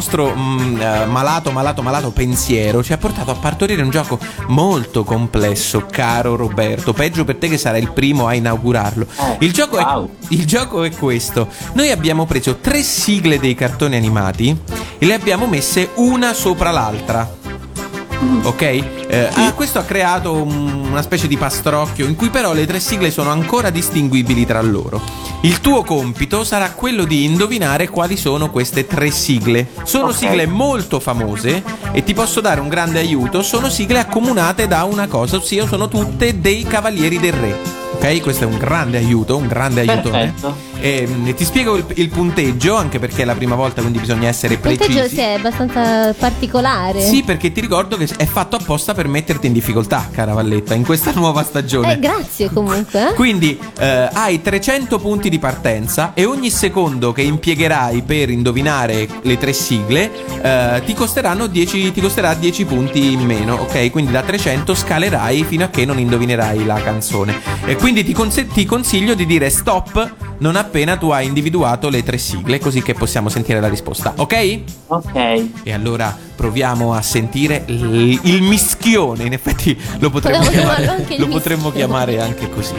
S3: malato pensiero ci ha portato a partorire un gioco molto complesso, caro Roberto. Peggio per te che sarai il primo a inaugurarlo. Il gioco è questo. Noi abbiamo preso 3 sigle dei cartoni animati e le abbiamo messe una sopra l'altra. Ok? Questo ha creato una specie di pastrocchio in cui però le 3 sigle sono ancora distinguibili tra loro. Il tuo compito sarà quello di indovinare quali sono queste 3 sigle. Sono sigle molto famose e ti posso dare un grande aiuto. Sono sigle accomunate da una cosa, ossia sono tutte dei Cavalieri del Re. Ok, questo è un grande aiutone.
S7: Perfetto.
S3: Ti spiego il punteggio, anche perché è la prima volta, quindi bisogna essere precisi.
S4: Il punteggio è abbastanza particolare.
S3: Sì, perché ti ricordo che è fatto apposta per metterti in difficoltà, cara Valletta, in questa nuova stagione.
S4: Grazie comunque.
S3: Quindi hai 300 punti di partenza e ogni secondo che impiegherai per indovinare le 3 sigle ti costerà 10 punti in meno, ok? Quindi da 300 scalerai fino a che non indovinerai la canzone. E quindi ti consiglio di dire stop non appena tu hai individuato le 3 sigle, così che possiamo sentire la risposta, ok?
S7: Ok.
S3: E allora proviamo a sentire il mischione. In effetti lo potremmo chiamare anche così.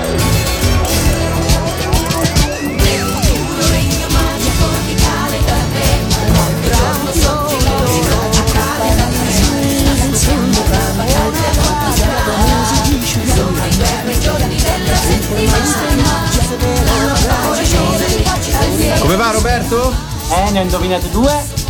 S5: Come va Roberto?
S7: Ne ho indovinate 2.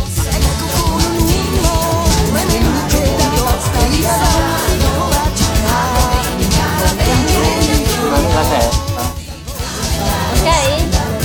S7: La terza.
S4: Ok?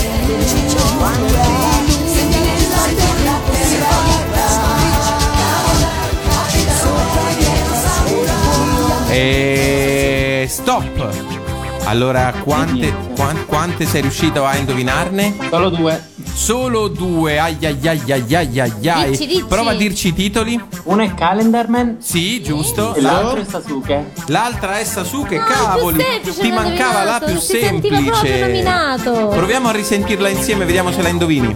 S3: E stop. Allora, quante sei riuscito a indovinarne?
S7: Solo 2.
S3: Ai.
S4: Dici.
S3: Prova a dirci i titoli.
S7: Uno è Calendarman.
S3: Sì, giusto.
S7: E l'altro è Sasuke.
S3: L'altra è Sasuke,
S4: Più
S3: cavoli.
S4: semplice,
S3: Ti mancava la più
S4: si sentiva proprio
S3: semplice.
S4: nominato.
S3: Proviamo a risentirla insieme, vediamo se la indovini.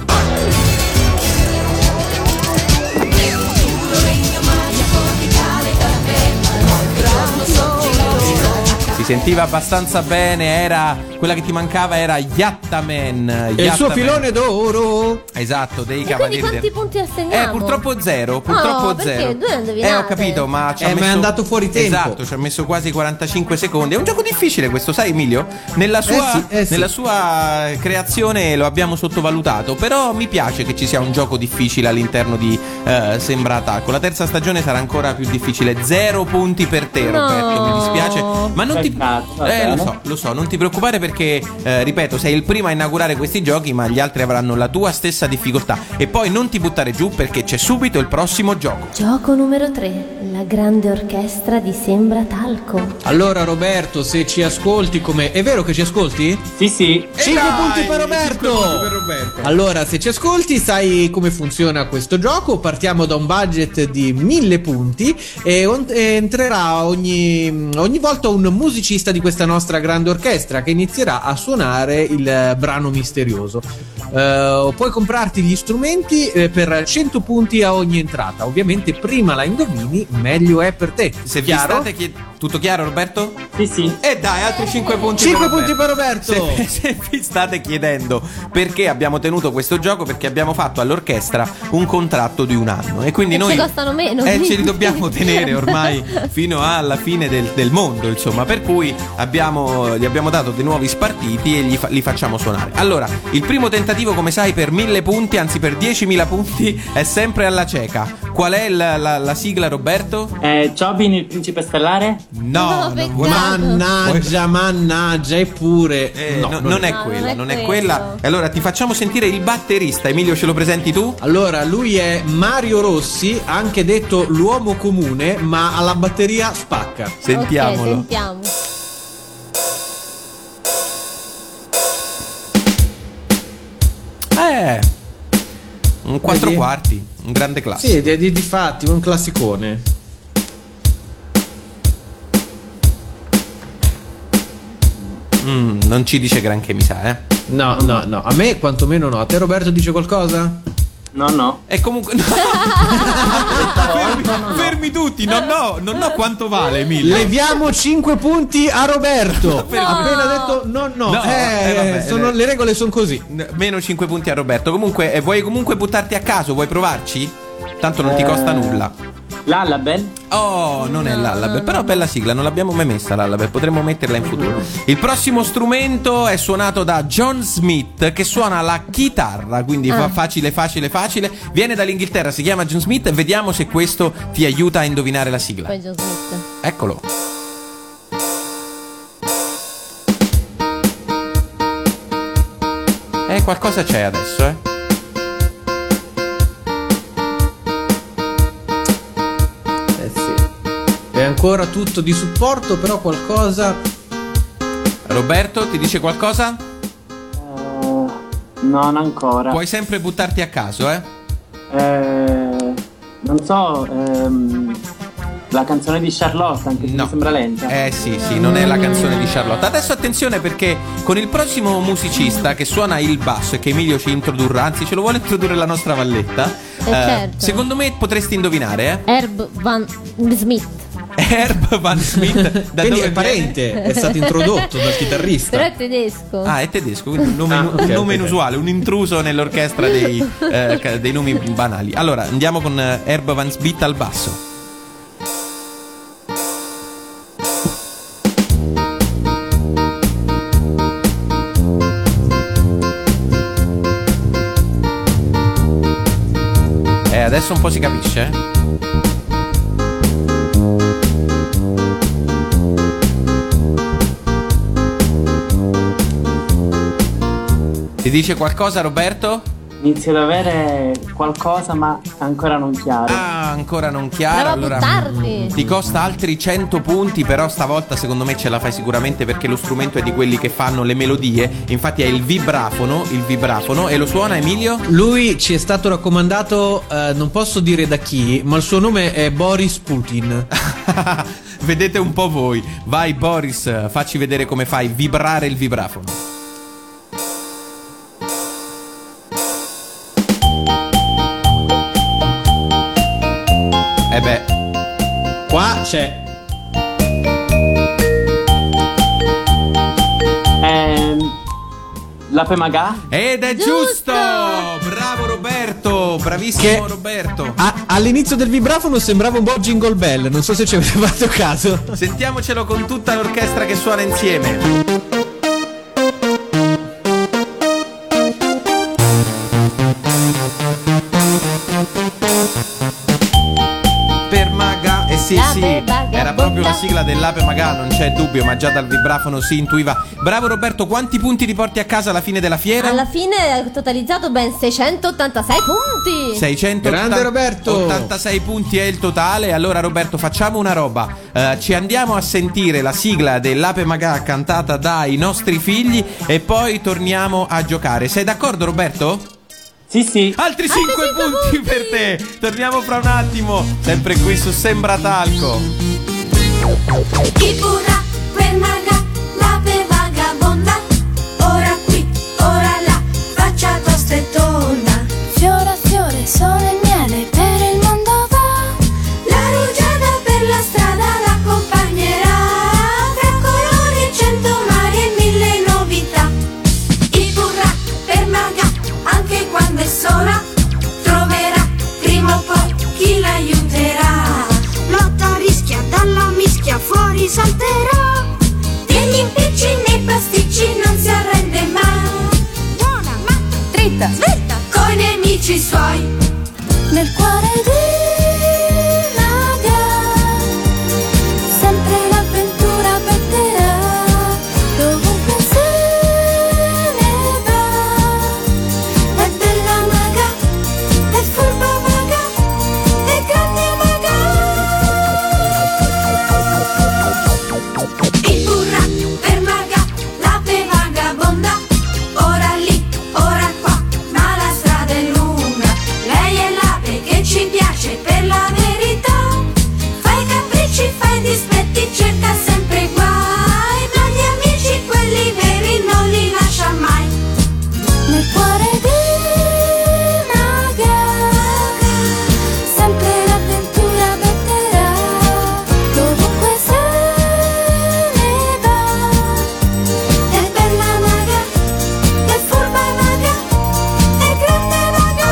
S3: Si sentiva abbastanza bene, era quella che ti mancava, era Yattaman.
S5: E il suo filone d'oro.
S3: Esatto, dei
S4: E
S3: Cavalieri
S4: quindi quanti punti assegniamo?
S3: purtroppo 0.
S4: Perché 2 indovinate.
S3: Ho capito, ma ci ha messo...
S5: ma è andato fuori tempo.
S3: Esatto, ci ha messo quasi 45 secondi. È un gioco difficile questo, sai Emilio? Nella sua creazione lo abbiamo sottovalutato, però mi piace che ci sia un gioco difficile all'interno di Sembratalco. La terza stagione sarà ancora più difficile. 0 punti per te, Roberto, mi dispiace, ma non ti... Lo so, non ti preoccupare perché, ripeto, sei il primo a inaugurare questi giochi, ma gli altri avranno la tua stessa difficoltà. E poi non ti buttare giù perché c'è subito il prossimo gioco.
S4: Gioco numero 3. La grande orchestra di Sembratalco.
S5: Allora Roberto, se ci ascolti come... È vero che ci ascolti?
S7: Sì.
S5: 5 punti per Roberto. Allora, se ci ascolti sai come funziona questo gioco. Partiamo da un budget di 1000 punti e entrerà ogni volta un musicista di questa nostra grande orchestra che inizierà a suonare il brano misterioso. Puoi comprarti gli strumenti per 100 punti a ogni entrata. Ovviamente prima la indovini, meglio è per te.
S3: Se vi state Tutto chiaro, Roberto?
S7: Sì.
S3: E dai, altri 5 punti
S5: 5
S3: per
S5: punti per Roberto.
S3: Se vi state chiedendo perché abbiamo tenuto questo gioco, perché abbiamo fatto all'orchestra un contratto di un anno e quindi noi
S4: ci costano meno.
S3: ce li dobbiamo tenere ormai fino alla fine del mondo, insomma, per cui gli abbiamo dato dei nuovi spartiti e li facciamo suonare. Allora, il primo tentativo, come sai, per 1000 punti, anzi per 10.000 punti, è sempre alla cieca. Qual è la sigla, Roberto?
S7: Chobin, il principe stellare?
S3: No,
S5: Mannaggia, eppure.
S3: Non è quella. E allora ti facciamo sentire il batterista. Emilio, ce lo presenti tu?
S5: Allora, lui è Mario Rossi, anche detto l'uomo comune, ma alla batteria spacca.
S3: Sentiamolo.
S4: Ok, sentiamo.
S3: Un 4 quarti, un grande classico.
S5: Sì, di fatti, un classicone.
S3: Non ci dice granché, mi sa, eh?
S5: No, a me quantomeno no. A te, Roberto, dice qualcosa?
S7: No.
S3: E comunque fermi tutti. Non ho quanto vale, Emilio.
S5: Leviamo 5 punti a Roberto. Appena detto no. Le regole sono così.
S3: Meno 5 punti a Roberto. Comunque, vuoi comunque buttarti a caso? Vuoi provarci? Tanto non ti costa nulla.
S7: L'Allabel?
S3: Oh, non è l'Allabel, però bella sigla, non l'abbiamo mai messa l'Allabel, potremmo metterla in futuro. Il prossimo strumento è suonato da John Smith, che suona la chitarra, quindi facile. Viene dall'Inghilterra, si chiama John Smith, e vediamo se questo ti aiuta a indovinare la sigla.
S4: Poi John Smith.
S3: Eccolo. Qualcosa c'è adesso,
S5: È ancora tutto di supporto, però qualcosa.
S3: Roberto, ti dice qualcosa?
S7: No, non ancora.
S3: Puoi sempre buttarti a caso,
S7: Non so, la canzone di Charlotte, anche se mi sembra lenta.
S3: Sì, non è la canzone di Charlotte. Adesso attenzione, perché con il prossimo musicista che suona il basso e che Emilio ci introdurrà, anzi ce lo vuole introdurre la nostra Valletta,
S4: certo.
S3: Secondo me potresti indovinare,
S4: Herb Van Smith.
S3: Herb Van Smith. Da
S5: quindi
S3: dove
S5: è parente, è stato introdotto dal chitarrista.
S4: Però è tedesco.
S3: È tedesco, quindi un nome inusuale, un intruso nell'orchestra dei nomi banali. Allora, andiamo con Herb Van Smith al basso. Adesso un po' si capisce, Ti dice qualcosa, Roberto?
S7: Inizio ad avere qualcosa, ma ancora non chiaro.
S3: Ancora non chiaro.
S4: Allora
S3: ti costa altri 100 punti, però stavolta secondo me ce la fai sicuramente, perché lo strumento è di quelli che fanno le melodie. Infatti è il vibrafono, e lo suona Emilio?
S5: Lui ci è stato raccomandato, non posso dire da chi, ma il suo nome è Boris Putin.
S3: Vedete un po' voi. Vai Boris, facci vedere come fai vibrare il vibrafono.
S5: Qua c'è
S7: L'Ape Maga?
S3: Ed è giusto! Bravo Roberto, bravissimo Roberto.
S5: All'inizio del vibrafono sembrava un po' Jingle Bell, non so se ci avete fatto caso.
S3: Sentiamocelo con tutta l'orchestra che suona insieme. Sì, era proprio la sigla dell'Ape Maga, non c'è dubbio, ma già dal vibrafono si intuiva. Bravo Roberto, quanti punti ti porti a casa alla fine della fiera?
S4: Alla fine ho totalizzato ben 686 punti.
S3: 686
S5: Grande Roberto.
S3: 86 punti è il totale. Allora Roberto, facciamo una roba, ci andiamo a sentire la sigla dell'Ape Maga cantata dai nostri figli e poi torniamo a giocare. Sei d'accordo Roberto?
S7: Sì.
S3: Altri 5 punti per te. Torniamo fra un attimo, sempre qui su Sembratalco.
S8: Ipura, per Maga, l'ape vagabonda, ora qui, ora là, faccia tosta e tonda. Fiore a fiore, sole e miele, per il mondo va. La rugiada per la strada l'accompagnerà. capricci suoi. Nel cuore di Naga sempre l'avventura petterà, dovunque se ne va. È bella Maga, è furba Maga, è grande Maga. Il burrato per Maga, l'ape vagabonda, ora lì, ora qua, ma la strada è lunga. Lei è l'ape che ci piace per la verità. Fai capricci, fai dispetti, cerca sempre guai, ma gli amici, quelli veri, non li lascia mai. Nel cuore di Naga sempre l'avventura petterà, dovunque se ne va. È bella Maga, è furba Maga, è grande Maga.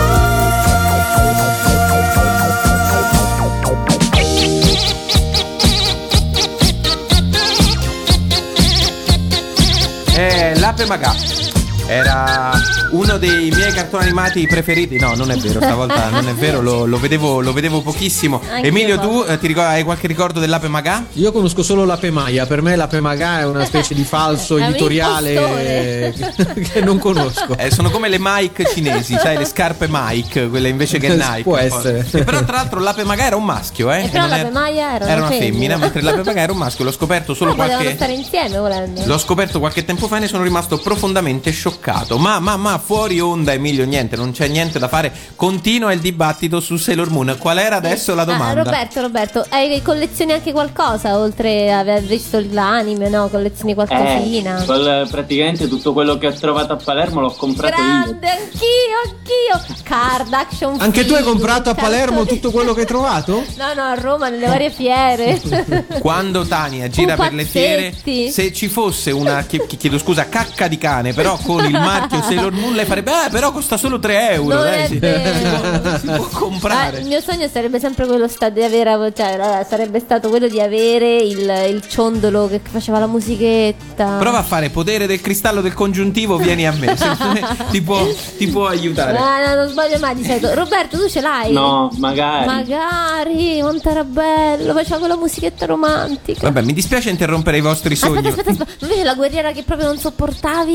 S3: L'ape Maga era uno dei miei cartoni animati preferiti. No, non è vero, stavolta non è vero, lo vedevo pochissimo.
S4: Anche
S3: Emilio,
S4: io
S3: tu hai qualche ricordo dell'ape Maga?
S5: Io conosco solo l'Ape Maia. Per me l'Ape Maga è una specie di falso
S4: È un
S5: editoriale che non conosco.
S3: Sono come le Mike cinesi, sai, le scarpe Mike, quelle invece che Nike.
S5: Può
S3: un po'.
S5: essere.
S3: E però tra l'altro l'ape Maga era un maschio,
S4: E però
S3: non
S4: l'Ape Maia era una
S3: femmina, mentre l'ape Maga era un maschio. L'ho scoperto solo
S4: Potevano stare insieme volendo.
S3: L'ho scoperto qualche tempo fa e ne sono rimasto profondamente scioccato. Ma fuori onda, Emilio, niente, non c'è niente da fare. Continua il dibattito su Sailor Moon. Qual era adesso la domanda?
S4: Roberto, collezioni anche qualcosa oltre a aver visto l'anime, no? Collezioni qualcosina.
S7: Praticamente tutto quello che ho trovato a Palermo l'ho comprato
S4: Grande, anch'io. Card, action
S5: Anche tu hai
S4: figure,
S5: comprato a Palermo
S4: cartoni.
S5: tutto quello che hai trovato?
S4: No, a Roma, nelle varie fiere.
S3: Quando Tania gira per le fiere,
S4: Pupazzetti.
S3: se ci fosse una, chiedo scusa, cacca di cane, però con il marchio Sailor Moon, lei farebbe, però costa solo 3 euro.
S4: Non
S3: Dai,
S4: è vero.
S3: si può comprare.
S4: Il mio sogno sarebbe sempre quello di avere, sarebbe stato quello di avere il ciondolo che faceva la musichetta.
S3: Prova a fare potere del cristallo del congiuntivo, vieni a me, secondo me ti può aiutare.
S4: No, non sbaglio mai di solito. Roberto, tu ce l'hai?
S7: No, magari.
S4: Magari, quanto era bello, faceva quella musichetta romantica.
S3: Vabbè, mi dispiace interrompere i vostri sogni.
S4: Aspetta. Invece la guerriera che proprio non sopportavi?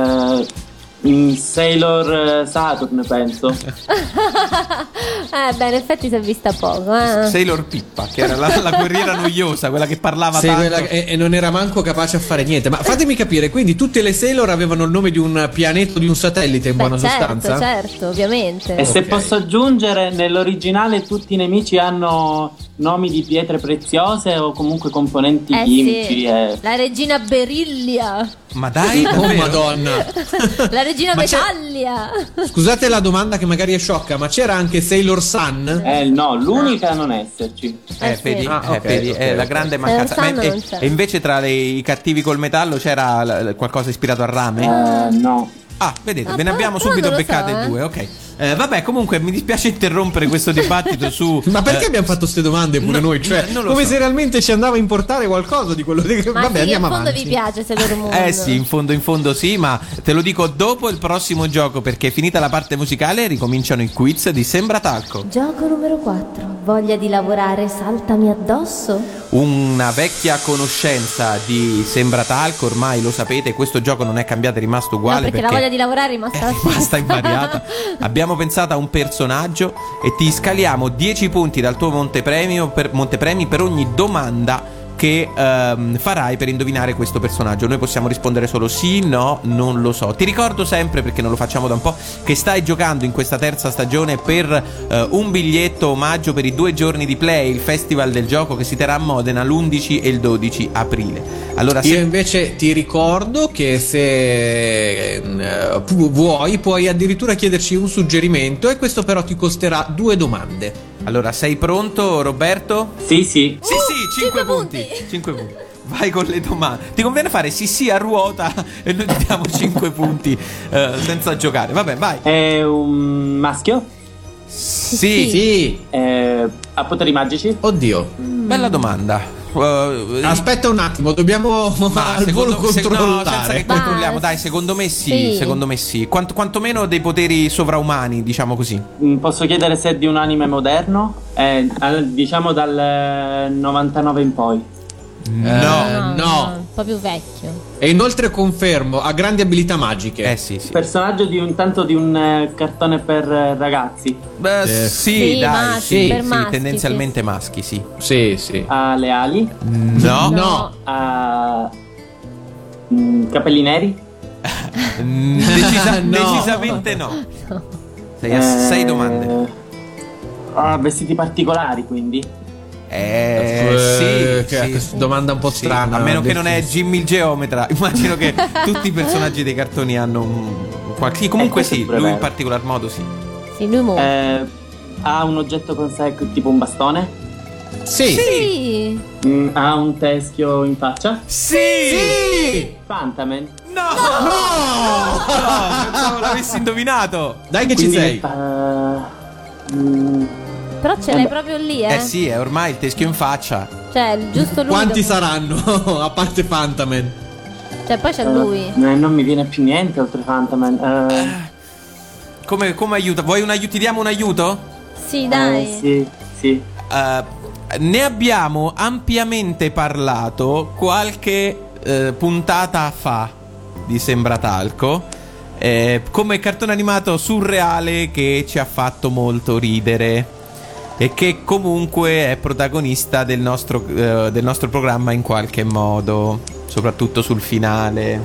S7: Sailor Saturn, penso.
S4: Beh, in effetti si è vista poco,
S3: Sailor Pippa, che era la guerriera noiosa, quella che parlava
S5: Sì,
S3: tanto.
S5: e non era manco capace a fare niente. Ma fatemi capire, quindi tutte le Sailor avevano il nome di un pianeta, di un satellite in buona sostanza?
S4: Certo, ovviamente.
S7: E se posso aggiungere, nell'originale tutti i nemici hanno nomi di pietre preziose o comunque componenti chimici.
S4: Sì. La regina Berillia.
S3: Ma dai,
S5: oh
S3: davvero?
S5: Madonna.
S4: La regina
S5: Ma
S4: Metallia.
S5: Scusate la domanda che magari è sciocca, ma c'era anche Sailor Sun?
S7: No, l'unica a non esserci.
S3: Vedi,
S5: ok,
S3: vedi, è la grande mancanza.
S4: Sailor Sun
S3: Ma-
S4: non c'è.
S3: e invece tra i cattivi col metallo c'era qualcosa ispirato a rame?
S7: No.
S3: Ah, vedete,
S4: Ah,
S3: ve ne abbiamo
S4: però
S3: subito
S4: non lo so,
S3: beccate due, ok. Vabbè, comunque mi dispiace interrompere questo dibattito su.
S5: Ma perché abbiamo fatto queste domande pure noi? Cioè,
S3: non lo
S5: come
S3: so.
S5: se realmente ci andava a importare qualcosa di quello che.
S4: Ma
S5: Vabbè,
S4: sì,
S5: andiamo
S4: in fondo
S5: avanti.
S4: vi piace Sailor Moon.
S3: Sì, in fondo sì, ma te lo dico dopo il prossimo gioco, perché finita la parte musicale ricominciano i quiz di Sembra Talco.
S4: Gioco numero 4. Voglia di lavorare, saltami addosso?
S3: Una vecchia conoscenza di Sembra Talco, ormai lo sapete, questo gioco non è cambiato, è rimasto uguale
S4: No, perché la voglia di lavorare è rimasta la stessa.
S3: basta invariata. Abbiamo pensato a un personaggio e ti scaliamo 10 punti dal tuo montepremi per ogni domanda che farai per indovinare questo personaggio. Noi possiamo rispondere solo sì, no, non lo so. Ti ricordo sempre, perché non lo facciamo da un po', che stai giocando in questa terza stagione per un biglietto omaggio per i 2 giorni di Play, il festival del gioco che si terrà a Modena l'11 e il 12 aprile. Allora,
S5: Io invece ti ricordo che se vuoi puoi addirittura chiederci un suggerimento, e questo però ti costerà 2 domande.
S3: Allora, sei pronto, Roberto?
S7: Sì.
S3: Sì, 5 punti. 5 punti. Vai con le domande. Ti conviene fare sì a ruota e noi ti diamo 5 punti senza giocare. Vabbè, vai.
S7: È un maschio?
S3: Sì.
S5: Sì.
S7: Ha poteri magici?
S5: Oddio.
S3: Bella domanda.
S5: Aspetta un attimo, dobbiamo al volo controllare.
S3: No, senza che controlliamo, dai, secondo me sì. Quantomeno dei poteri sovraumani, diciamo così.
S7: Posso chiedere se è di un anime moderno? Diciamo dal 99 in poi.
S5: No.
S4: Un po' più vecchio.
S5: E inoltre confermo, ha grandi abilità magiche.
S3: Sì.
S7: Personaggio di un cartone per ragazzi.
S3: Sì, dai,
S4: maschi, per maschi,
S3: tendenzialmente maschi, sì.
S5: Sì.
S7: Ha le ali?
S3: No.
S7: Ha capelli neri?
S3: Decisamente no. Sei a 6 domande.
S7: Ha vestiti particolari, quindi?
S3: Sì.
S5: Domanda un po' strana.
S3: A meno che non è Jimmy il geometra. Immagino che tutti i personaggi dei cartoni hanno qualche. Comunque sì, lui in particolar modo sì.
S4: Sì, lui molto.
S7: Ha un oggetto con sé tipo un bastone?
S3: Sì.
S7: Ha un teschio in faccia?
S3: Sì.
S7: Fantaman?
S3: No, pensavo l'avessi indovinato.
S5: Dai che ci sei.
S4: Però ce l'hai proprio lì,
S3: Sì, è ormai il teschio in faccia.
S4: Cioè, giusto lui.
S5: Quanti saranno? A parte Fantaman.
S4: Cioè, poi c'è lui.
S7: Non mi viene più niente oltre Fantaman.
S3: Come aiuta? Ti diamo un aiuto?
S4: Sì, dai.
S7: Sì.
S3: Ne abbiamo ampiamente parlato qualche puntata fa di Sembratalco, come cartone animato surreale che ci ha fatto molto ridere e che comunque è protagonista del nostro programma in qualche modo, soprattutto sul finale.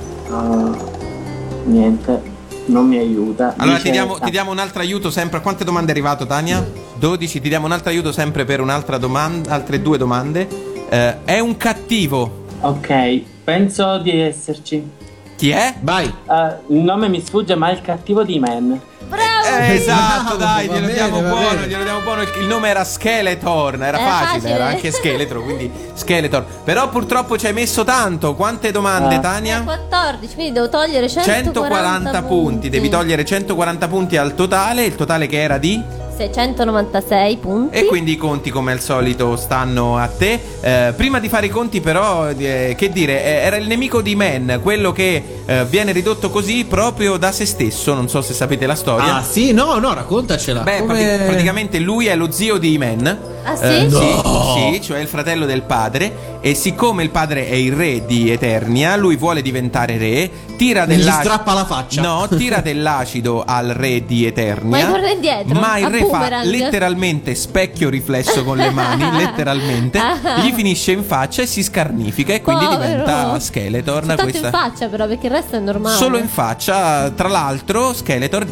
S7: Niente, non mi aiuta.
S3: Allora ti diamo un altro aiuto sempre. A quante domande è arrivato, Tania? 12. Ti diamo un altro aiuto sempre per un'altra domanda, altre 2 domande. È un cattivo.
S7: Ok, penso di esserci.
S3: Chi è?
S5: Vai.
S7: Il nome mi sfugge, ma è il cattivo di Man.
S4: Bravo!
S3: Esatto, dai, glielo diamo buono. Il nome era Skeletor, era facile, era anche Scheletro, quindi Skeletor. Però purtroppo ci hai messo tanto. Quante domande, Tania?
S4: 14, quindi devo togliere
S3: 140 punti. Devi togliere 140 punti al totale, il totale che era di
S4: 696 punti.
S3: E quindi i conti come al solito stanno a te. Prima di fare i conti però, che dire, era il nemico di Man, quello che viene ridotto così proprio da se stesso. Non so se sapete la storia.
S5: Ah sì, no, raccontacela.
S3: Praticamente lui è lo zio di Man.
S4: Ah sì?
S3: Sì, cioè il fratello del padre. E siccome il padre è il re di Eternia, lui vuole diventare re. Gli
S5: strappa la faccia.
S3: No, tira dell'acido al re di Eternia.
S4: Ma torna indietro.
S3: Ma il re fa letteralmente specchio riflesso con le mani, letteralmente. Gli finisce in faccia e si scarnifica e quindi diventa Skeletor.
S4: Soltanto in faccia però, perché il resto è normale.
S3: Solo in faccia. Tra l'altro Skeletor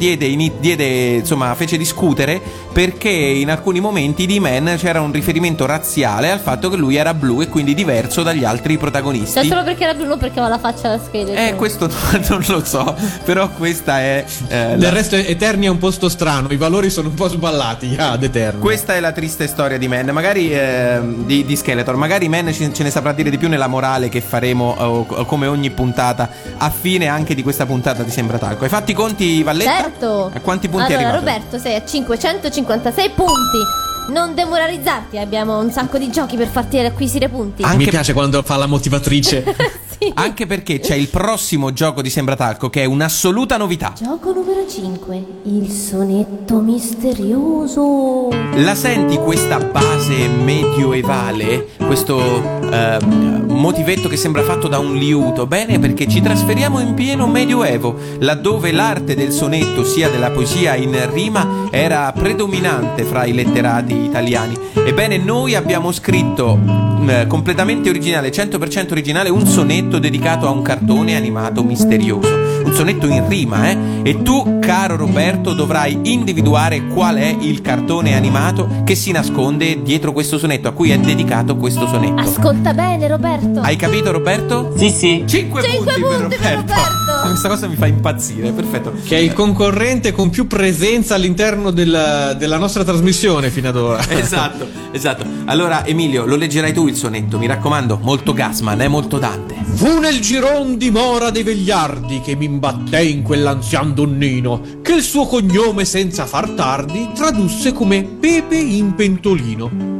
S3: fece discutere perché in alcuni momenti di Man c'era un riferimento razziale al fatto che lui era blu e quindi diverso dagli altri protagonisti.
S4: Cioè solo perché era blu, non perché aveva la faccia da Skeletor.
S3: Questo non lo so. Però questa è
S5: del resto Eternia è un posto strano. I valori sono un po' sballati ad Eternia.
S3: Questa è la triste storia di Man. Magari di Skeletor. Magari Man ce ne saprà dire di più nella morale che faremo come ogni puntata a fine anche di questa puntata di Sembratalco. Hai fatto i conti, Valletta?
S4: Certo.
S3: A quanti punti è arrivato?
S4: Roberto, sei a 556 punti. Non demoralizzarti, abbiamo un sacco di giochi per farti acquisire punti.
S5: Mi piace quando fa la motivatrice.
S4: Sì.
S3: Anche perché c'è il prossimo gioco di Sembratalco che è un'assoluta novità.
S4: Gioco numero 5, il sonetto misterioso.
S3: La senti questa base medioevale? Questo motivetto che sembra fatto da un liuto? Bene, perché ci trasferiamo in pieno medioevo, laddove l'arte del sonetto, sia della poesia in rima, era predominante fra i letterati italiani. Ebbene, noi abbiamo scritto completamente originale, 100% originale, un sonetto dedicato a un cartone animato misterioso. Un sonetto in rima, E tu, caro Roberto, dovrai individuare qual è il cartone animato che si nasconde dietro questo sonetto, a cui è dedicato questo sonetto.
S4: Ascolta bene, Roberto.
S3: Hai capito, Roberto?
S7: Sì.
S3: 5 punti per Roberto. Questa cosa mi fa impazzire, perfetto.
S5: Che è il concorrente con più presenza all'interno della nostra trasmissione fino ad ora.
S3: Esatto. Allora, Emilio, lo leggerai tu il sonetto, mi raccomando. Molto Gassman, molto Dante.
S5: Fu nel giron dimora dei vegliardi che mi imbatté in quell'anzian donnino, che il suo cognome senza far tardi tradusse come Pepe in pentolino.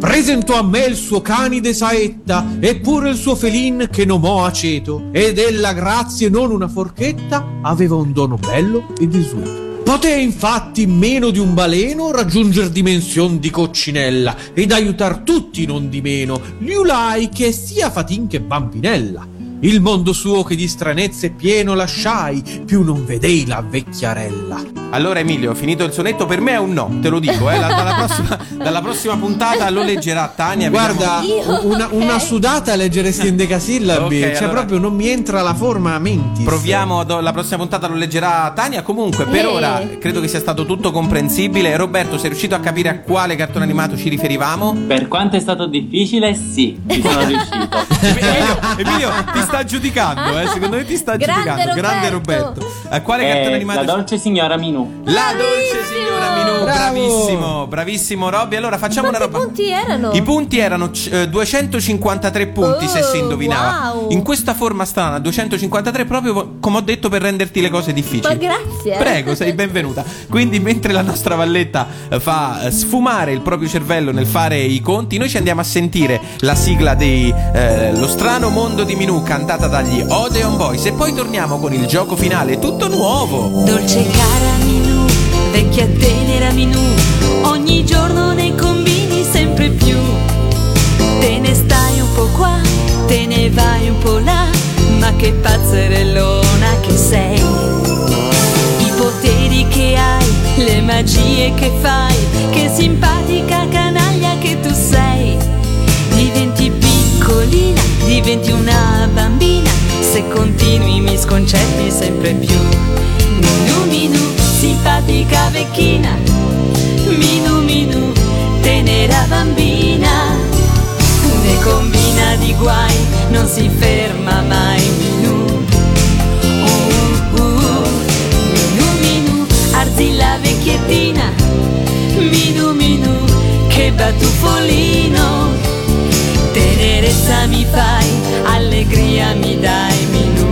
S5: presentò a me il suo canide saetta, eppure il suo felin che nomò aceto, ed ella grazie non una forchetta, aveva un dono bello e desueto. Poté infatti in meno di un baleno raggiunger dimension di coccinella ed aiutar tutti non di meno gli ulai che sia fatin che bambinella. Il mondo suo che di stranezze pieno lasciai, più non vedei la vecchiarella.
S3: Allora Emilio, finito il sonetto, per me è un no, te lo dico, dalla prossima puntata lo leggerà Tania.
S5: Guarda, una sudata a leggere sti endecasillabi,
S3: Okay,
S5: cioè
S3: allora
S5: proprio non mi entra la forma a mentis.
S3: Proviamo, la prossima puntata lo leggerà Tania. Comunque per ora credo che sia stato tutto comprensibile. Roberto, sei riuscito a capire a quale cartone animato ci riferivamo?
S7: Per quanto è stato difficile, sì, ci sono riuscito.
S3: Emilio, ti sta giudicando, secondo me ti sta giudicando. Grande Roberto. A quale cartone animato?
S7: La dolce signora Minù.
S3: La dolce signora Minù. Bravissimo, bravissimo Robby. Allora facciamo una roba.
S4: Quanti punti erano?
S3: I punti erano 253 punti se si indovinava.
S4: Wow.
S3: In questa forma strana, 253 proprio come ho detto per renderti le cose difficili.
S4: Ma grazie.
S3: Prego, sei benvenuta. Quindi mentre la nostra Valletta fa sfumare il proprio cervello nel fare i conti, noi ci andiamo a sentire la sigla di Lo strano mondo di Minù, cantata dagli Odeon Boys, e poi torniamo con il gioco finale tutto nuovo.
S8: Dolce cara Minù, vecchia tenera Minù, ogni giorno ne combini sempre più. Te ne stai un po' qua, te ne vai un po' là, ma che pazzerellona che sei. I poteri che hai, le magie che fai, che simpatica canaglia che tu sei. Diventi piccolina, diventi una bambina, se continui mi sconcerti sempre più. Minù Minù, simpatica vecchina, Minù Minù, tenera bambina, ne combina di guai, non si ferma mai. Minù, Minù Minù, arzilla vecchiettina, Minù Minù, che battufolino, tenerezza mi fai, allegria mi dai. Minù,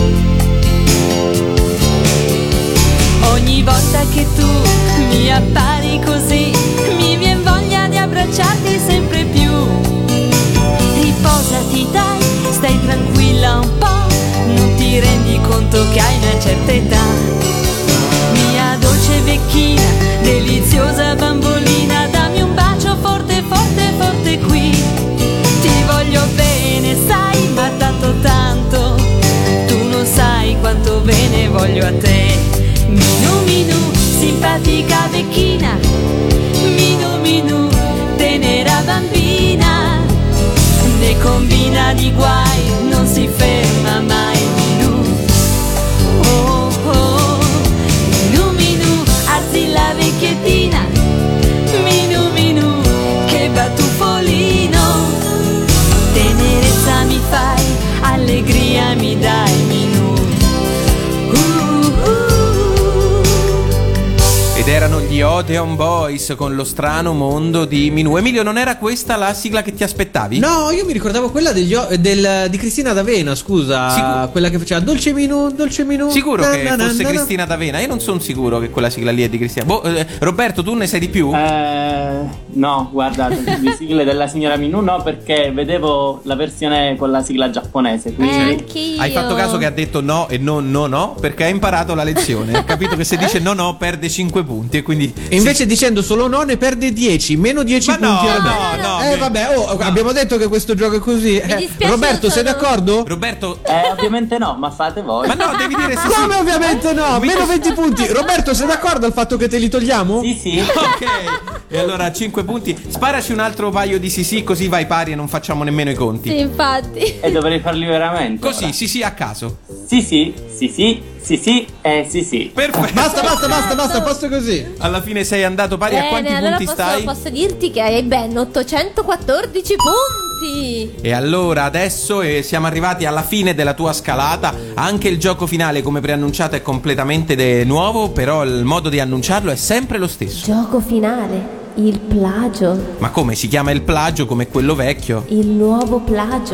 S8: ogni volta che tu mi appari così, mi vien voglia di abbracciarti sempre più. Riposati dai, stai tranquilla un po', non ti rendi conto che hai una certa età. Mia dolce vecchina, deliziosa bambolina, dammi un bacio forte, forte, forte qui. Ti voglio bene, sai, ma tanto tanto, tu non sai quanto bene voglio a te. Minù Minù, simpatica vecchina, Minù Minù, tenera bambina, ne combina di guai, non si ferma mai. Minù, oh oh, Minù Minù, arzilla vecchiettina, Minù Minù, che battufolino, tenerezza mi fai, allegria mi dai. Minù.
S3: Ed erano gli Odeon Boys con Lo strano mondo di Minù. Emilio, non era questa la sigla che ti aspettavi?
S5: No, io mi ricordavo quella di Cristina D'Avena, scusa. Quella che faceva Dolce Minù, Dolce Minù.
S3: Sicuro che fosse Cristina D'Avena? Io non sono sicuro che quella sigla lì è di Cristina. Roberto, tu ne sai di più?
S7: No, guarda, di sigle della signora Minù no, perché vedevo la versione con la sigla giapponese. Quindi
S3: hai fatto caso che ha detto no e no, perché ha imparato la lezione. Ha capito che se dice no perde 5 punti e quindi
S5: invece dicendo solo no ne perde 10, meno 10
S3: ma
S5: punti.
S3: No,
S5: vabbè, abbiamo detto che questo gioco è così. Roberto, sei d'accordo?
S3: Roberto,
S7: ovviamente no, ma fate voi.
S3: Ma no, devi dire sì.
S5: Come ovviamente no? Meno 20 punti. Roberto, sei d'accordo al fatto che te li togliamo?
S7: Sì.
S3: Ok. E allora 5 punti. Sparaci un altro paio di sì, così vai pari e non facciamo nemmeno i conti.
S4: Sì, infatti.
S7: E dovrei farli veramente.
S3: Così,
S7: ora.
S3: sì, a caso.
S7: Sì, e sì.
S3: Perfetto.
S5: Basta, posto così.
S3: Alla fine sei andato pari.
S4: Bene,
S3: a quanti
S4: allora
S3: punti stai?
S4: Posso dirti che hai ben 814 punti.
S3: E allora adesso siamo arrivati alla fine della tua scalata. Anche il gioco finale, come preannunciato, è completamente nuovo, però il modo di annunciarlo è sempre lo stesso.
S4: Gioco finale. Il plagio.
S3: Ma come si chiama il plagio come quello vecchio?
S4: Il nuovo plagio.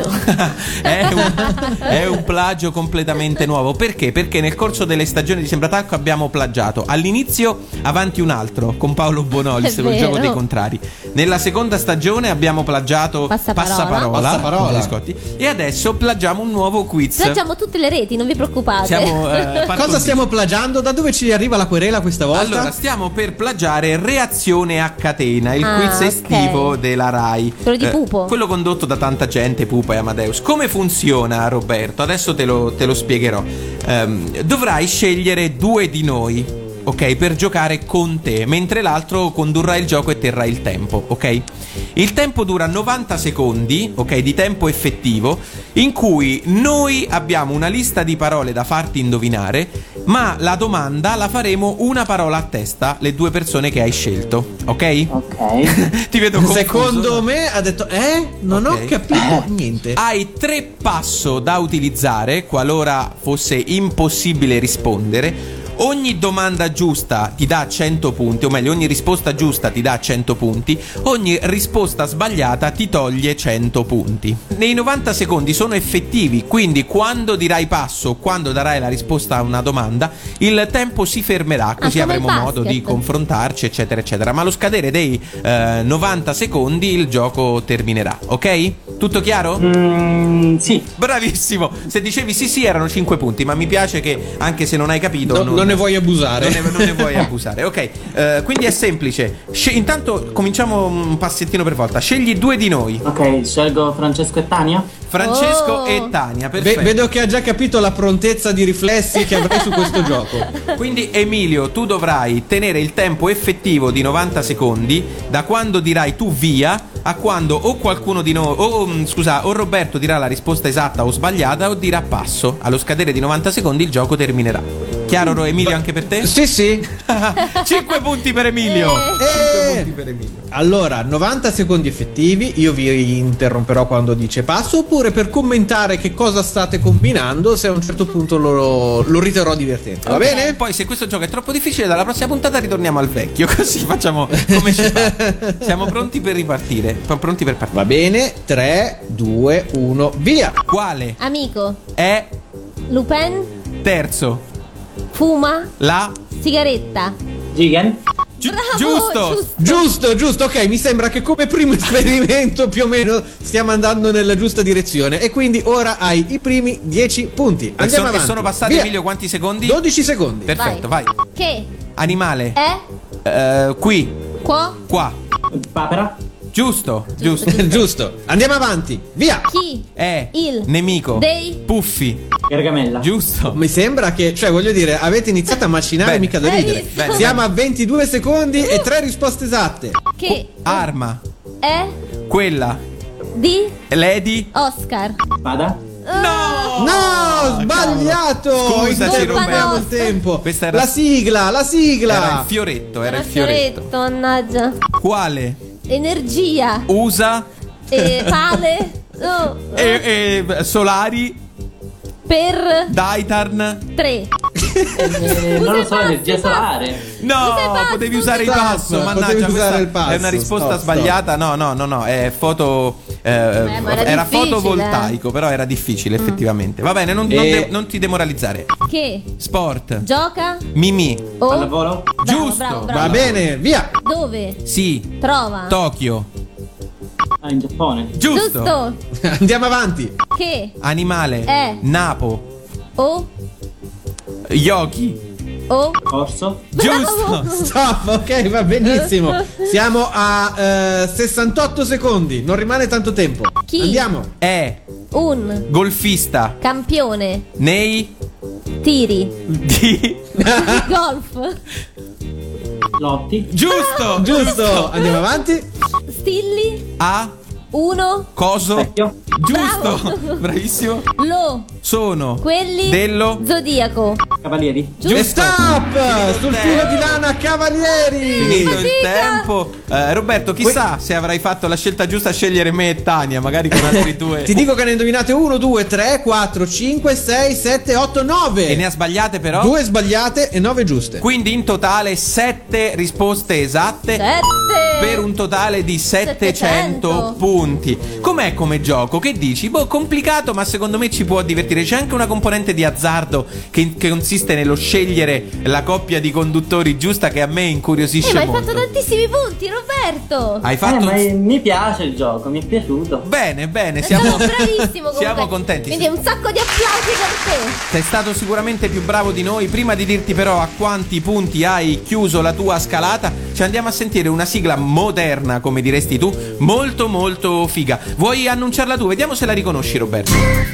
S3: È un plagio completamente nuovo. Perché? Perché nel corso delle stagioni di Sembratalco abbiamo plagiato. All'inizio Avanti un altro con Paolo Bonolis con il gioco dei contrari. Nella seconda stagione abbiamo plagiato Passaparola. Scotti. E adesso plagiamo un nuovo quiz.
S4: Plagiamo tutte le reti, non vi preoccupate.
S5: Cosa stiamo plagiando? Da dove ci arriva la querela questa volta?
S3: Allora, stiamo per plagiare Reazione a catena, il quiz estivo della Rai.
S4: Quello di Pupo.
S3: Quello condotto da tanta gente, Pupo e Amadeus. Come funziona, Roberto? Adesso te lo spiegherò. Dovrai scegliere due di noi, ok, per giocare con te, mentre l'altro condurrà il gioco e terrà il tempo, ok? Il tempo dura 90 secondi, ok, di tempo effettivo, in cui noi abbiamo una lista di parole da farti indovinare, ma la domanda la faremo una parola a testa, le due persone che hai scelto, ok?
S7: Ok.
S3: Ti vedo confuso.
S5: Secondo me ha detto non ho capito niente.
S3: Hai 3 passo da utilizzare qualora fosse impossibile rispondere. Ogni domanda giusta ti dà 100 punti, o meglio, ogni risposta giusta ti dà 100 punti, ogni risposta sbagliata ti toglie 100 punti. Nei 90 secondi sono effettivi, quindi quando dirai passo, quando darai la risposta a una domanda, il tempo si fermerà, così avremo modo di confrontarci, eccetera, eccetera. Ma allo scadere dei 90 secondi il gioco terminerà, ok? Tutto chiaro?
S7: Sì.
S3: Bravissimo. Se dicevi sì erano 5 punti, ma mi piace che anche se non hai capito
S5: non ne vuoi abusare.
S3: Non ne vuoi abusare. Ok, quindi è semplice. Intanto cominciamo un passettino per volta. Scegli due di noi.
S7: Ok, scelgo Francesco e Tania.
S3: Francesco e Tania, perfetto.
S5: Vedo che ha già capito la prontezza di riflessi che avrai su questo gioco.
S3: Quindi Emilio, tu dovrai tenere il tempo effettivo di 90 secondi da quando dirai tu via a quando o qualcuno di noi o Roberto dirà la risposta esatta o sbagliata o dirà passo. Allo scadere di 90 secondi il gioco terminerà. Chiaro, Emilio, anche per te?
S5: Sì.
S3: 5 punti per Emilio. 5 punti per Emilio.
S5: Allora, 90 secondi effettivi. Io vi interromperò quando dice passo, oppure per commentare che cosa state combinando, se a un certo punto lo riterrò divertente. Va bene?
S3: Poi se questo gioco è troppo difficile, dalla prossima puntata ritorniamo al vecchio, così facciamo come ci fa. Siamo pronti per ripartire. Pronti per partire.
S5: Va bene. 3, 2, 1, via.
S3: Quale
S4: Amico.
S3: è
S4: Lupin.
S3: terzo?
S4: Fuma.
S3: La
S4: Sigaretta.
S7: Gigan.
S4: Bravo,
S5: Giusto. Ok, mi sembra che come primo esperimento più o meno stiamo andando nella giusta direzione. E quindi ora hai i primi 10 punti. Andiamo avanti.
S3: Sono passati,
S5: via.
S3: Emilio, quanti secondi?
S5: 12 secondi.
S3: Perfetto, vai.
S4: Che
S3: Animale.
S4: è
S3: Qui.
S4: qua.
S7: Papera.
S3: Giusto.
S5: Giusto. Andiamo avanti. Via.
S4: Chi
S3: È
S4: il
S3: nemico
S4: dei
S3: Puffi.
S7: Gargamella.
S3: Giusto.
S5: Mi sembra che, cioè, voglio dire, avete iniziato a macinare,
S3: Bene.
S5: mica da ridere.
S4: Bene.
S5: Siamo a 22 secondi e 3 risposte esatte.
S4: che
S3: Arma.
S4: è
S3: Quella.
S4: di
S3: Lady.
S4: Oscar.
S7: Spada.
S5: No, sbagliato.
S3: Scusaci,
S5: Interrompiamo
S3: Roberto.
S5: il tempo.
S3: Questa era
S5: la sigla.
S3: Era il fioretto, era il fioretto.
S4: Mannaggia.
S3: Quale?
S4: Energia.
S3: Usa
S4: Pale. No.
S3: solari
S4: Per
S3: Daitarn.
S4: 3.
S7: Non lo so, energia solare.
S3: No,
S4: passo,
S3: potevi usare il
S5: stop,
S3: passo.
S5: potevi
S3: Mannaggia,
S5: usare
S3: questa
S5: il passo.
S3: è una risposta
S5: Stop.
S3: sbagliata. No, è foto.
S4: ma era
S3: Era
S4: difficile.
S3: fotovoltaico, però era difficile effettivamente. Va bene, non ti demoralizzare.
S4: Che
S3: Sport.
S4: gioca
S3: Mimì.
S4: o
S7: Pallavolo.
S3: Giusto.
S4: bravo.
S5: Va bene, via.
S4: Dove
S3: Sì.
S4: trova
S3: Tokyo.
S7: In Giappone.
S3: Giusto.
S5: Andiamo avanti.
S4: Che
S3: Animale. Napo.
S4: o
S3: Yogi.
S7: Orso.
S3: Giusto.
S5: Stop, ok, va benissimo. Siamo a 68 secondi. Non rimane tanto tempo.
S4: Chi?
S5: Andiamo.
S3: È
S4: un
S3: golfista
S4: campione
S3: nei
S4: tiri
S3: di
S4: golf.
S7: Lotti.
S3: Giusto.
S5: Giusto. Andiamo avanti.
S4: Stilli
S3: A
S4: uno
S3: coso
S7: Vecchio.
S3: Giusto, bravissimo.
S4: Lo
S3: Sono
S4: quelli
S3: dello
S4: zodiaco.
S7: Cavalieri.
S5: E stop! Sul filo di lana Cavalieri.
S3: Finito il tempo. Roberto, chissà se avrai fatto la scelta giusta a scegliere me e Tania, magari con altri due.
S5: Ti dico che ne indovinate 1, 2, 3, 4, 5, 6, 7, 8, 9.
S3: E ne ha sbagliate però?
S5: 2 sbagliate e 9 giuste.
S3: Quindi in totale 7 risposte esatte.
S4: 7
S3: per un totale di 700 punti. Com'è come gioco? Che dici? Boh, complicato, ma secondo me ci può divertire. C'è anche una componente di azzardo che consiste nello scegliere la coppia di conduttori giusta, che a me incuriosisce
S4: ma hai
S3: molto.
S4: fatto tantissimi punti, Roberto.
S3: Hai fatto
S7: ma mi piace il gioco, mi è piaciuto.
S3: Bene,
S4: Siamo bravissimo comunque.
S3: Siamo contenti.
S4: Quindi un sacco di applausi per te.
S3: Sei stato sicuramente più bravo di noi. Prima di dirti però a quanti punti hai chiuso la tua scalata, ci andiamo a sentire una sigla moderna, come diresti tu, molto molto figa. Vuoi annunciarla tu? Vediamo se la riconosci, Roberto.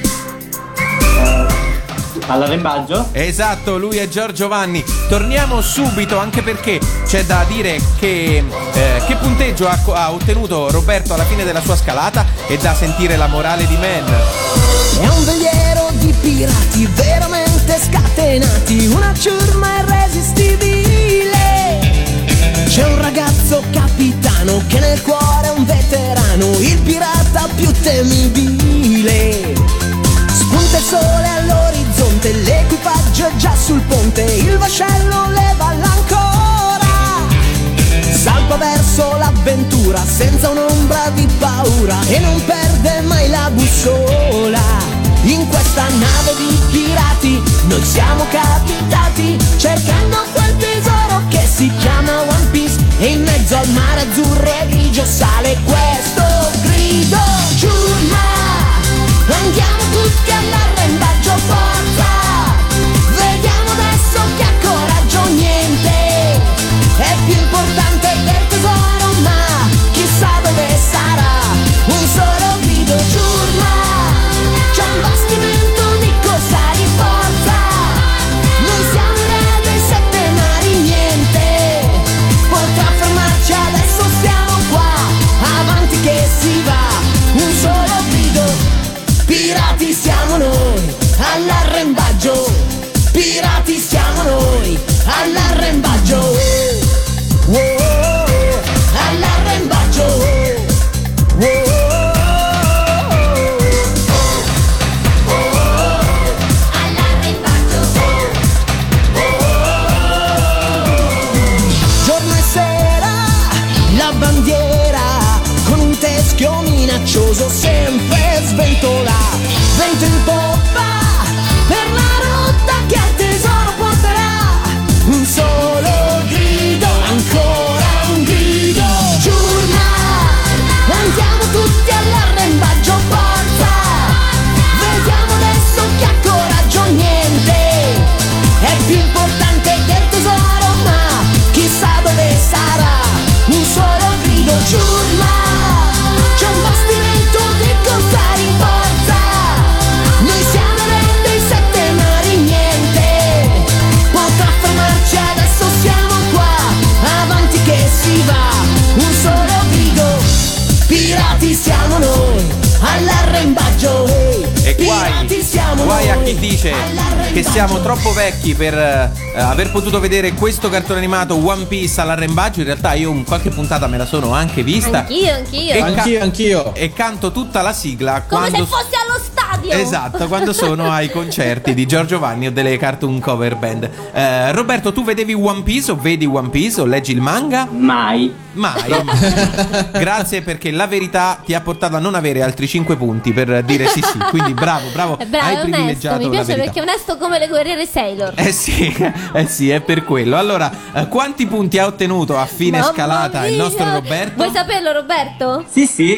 S7: All'arrembaggio?
S3: Esatto, lui è Giorgio Vanni. Torniamo subito, anche perché c'è da dire che punteggio ha ottenuto Roberto alla fine della sua scalata, e da sentire la morale di Man.
S6: È un veliero di pirati veramente scatenati, una ciurma irresistibile. C'è un ragazzo capitano che nel cuore è un veterano, il pirata più temibile. Spunta il sole all'orizzonte, l'equipaggio è già sul ponte, il vascello leva l'ancora. Salpa verso l'avventura senza un'ombra di paura e non perde mai la bussola. In questa nave di pirati noi siamo capitati, cercando quel tesoro che si chiama One Piece, e in mezzo al mare azzurro e grigio sale questo grido: Giurma, andiamo tutti all'arrembaggio, forza, vediamo adesso chi ha coraggio. Niente è più importante del tesoro, ma chissà dove sarà. Un solo grido: Giurma, c'è un bastimento di corsari, forza, noi siamo i re dei 7 mari. Niente potrà fermarci, adesso siamo qua, avanti che si va. Un solo grido: pirati siamo noi, all'arrembaggio. Pirati siamo noi, all'arrembaggio. All'arrembaggio. Giorno e sera la bandiera con un teschio minaccioso sempre sventola. Vento in poppa per la rotta che al tesoro porterà. Un solo grido, ancora un grido: Giurma, andiamo tutti all'arrembaggio, forza, vediamo adesso chi ha coraggio. Niente è più importante del tesoro, ma chissà dove sarà. Un solo grido: Giurma, c'è un bastimento di corsari, forza, noi siamo re dei 7 mari. Niente potrà fermarci, adesso siamo qua, avanti che si va. Un solo grido: pirati siamo noi, all'arrembaggio.
S3: E guai a chi dice che siamo troppo vecchi per aver potuto vedere questo cartone animato One Piece all'arrembaggio. In realtà io qualche puntata me la sono anche vista.
S4: Anch'io.
S3: E canto tutta la sigla
S4: come
S3: quando
S4: se fossi allo stadio.
S3: Esatto, quando sono ai concerti di Giorgio Vanni o delle Cartoon Cover Band. Roberto, tu vedevi One Piece o vedi One Piece o leggi il manga?
S7: Mai.
S3: Grazie, perché la verità ti ha portato a non avere altri 5 punti per dire sì. Quindi bravo, hai privilegiato
S4: mi piace
S3: la verità.
S4: perché è onesto come le guerriere Sailor.
S3: Eh sì, è per quello. Allora, quanti punti ha ottenuto a fine scalata il nostro Roberto?
S4: Vuoi saperlo, Roberto?
S7: Sì.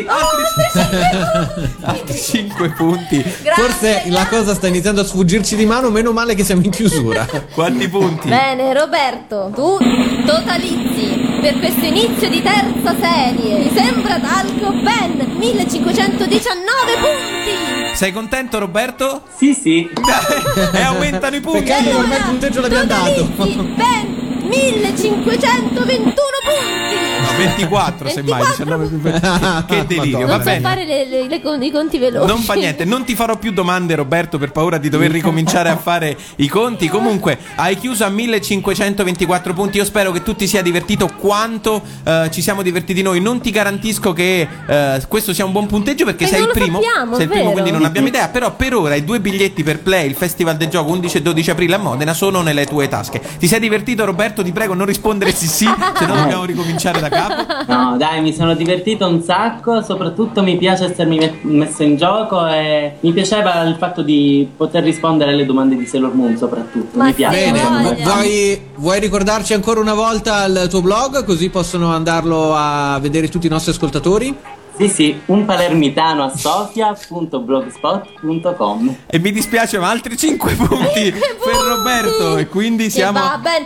S3: Altri 5 punti.
S5: Forse la cosa sta iniziando a sfuggirci di mano, meno male che siamo in chiusura.
S3: Quanti punti?
S4: Bene, Roberto, tu totalizzi per questo inizio di terza serie, mi sembra talco, ben 1519 punti.
S3: Sei contento, Roberto?
S7: Sì.
S3: E aumentano i punti.
S5: Peccato che ormai il punteggio l'abbiamo dato.
S4: Ben 1521 punti.
S3: No, 24 semmai, 19 più 20. Che delirio, va
S4: Non so
S3: bene.
S4: fare i conti veloci.
S3: Non fa niente, non ti farò più domande, Roberto, per paura di dover ricominciare a fare i conti. Comunque hai chiuso a 1524 punti. Io spero che tu ti sia divertito quanto ci siamo divertiti noi. Non ti garantisco che questo sia un buon punteggio, perché sei il primo.
S4: Sappiamo,
S3: sei il primo,
S4: vero?
S3: quindi non abbiamo idea. Però per ora i 2 biglietti per Play, il Festival del Gioco 11 e 12 aprile a Modena, sono nelle tue tasche. Ti sei divertito, Roberto? Ti prego, non rispondere sì, se no dobbiamo ricominciare da capo.
S7: No, dai, mi sono divertito un sacco, soprattutto mi piace essermi messo in gioco e mi piaceva il fatto di poter rispondere alle domande di Sailor Moon, soprattutto. Mi piace.
S5: Bene, vuoi ricordarci ancora una volta il tuo blog, così possono andarlo a vedere tutti i nostri ascoltatori?
S7: Sì, un palermitano a sofia.blogspot.com.
S3: E mi dispiace, ma altri 5 punti per Roberto. E quindi siamo.
S4: Va bene,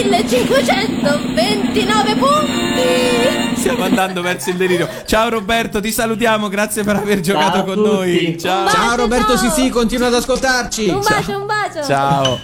S4: 1529 punti.
S3: Stiamo andando verso il delirio. Ciao Roberto, ti salutiamo, grazie per aver giocato
S7: Ciao
S3: con
S7: a
S3: noi.
S7: tutti.
S3: Ciao.
S5: Ciao Roberto Sisi, continua ad ascoltarci.
S4: Un bacio.
S3: Ciao.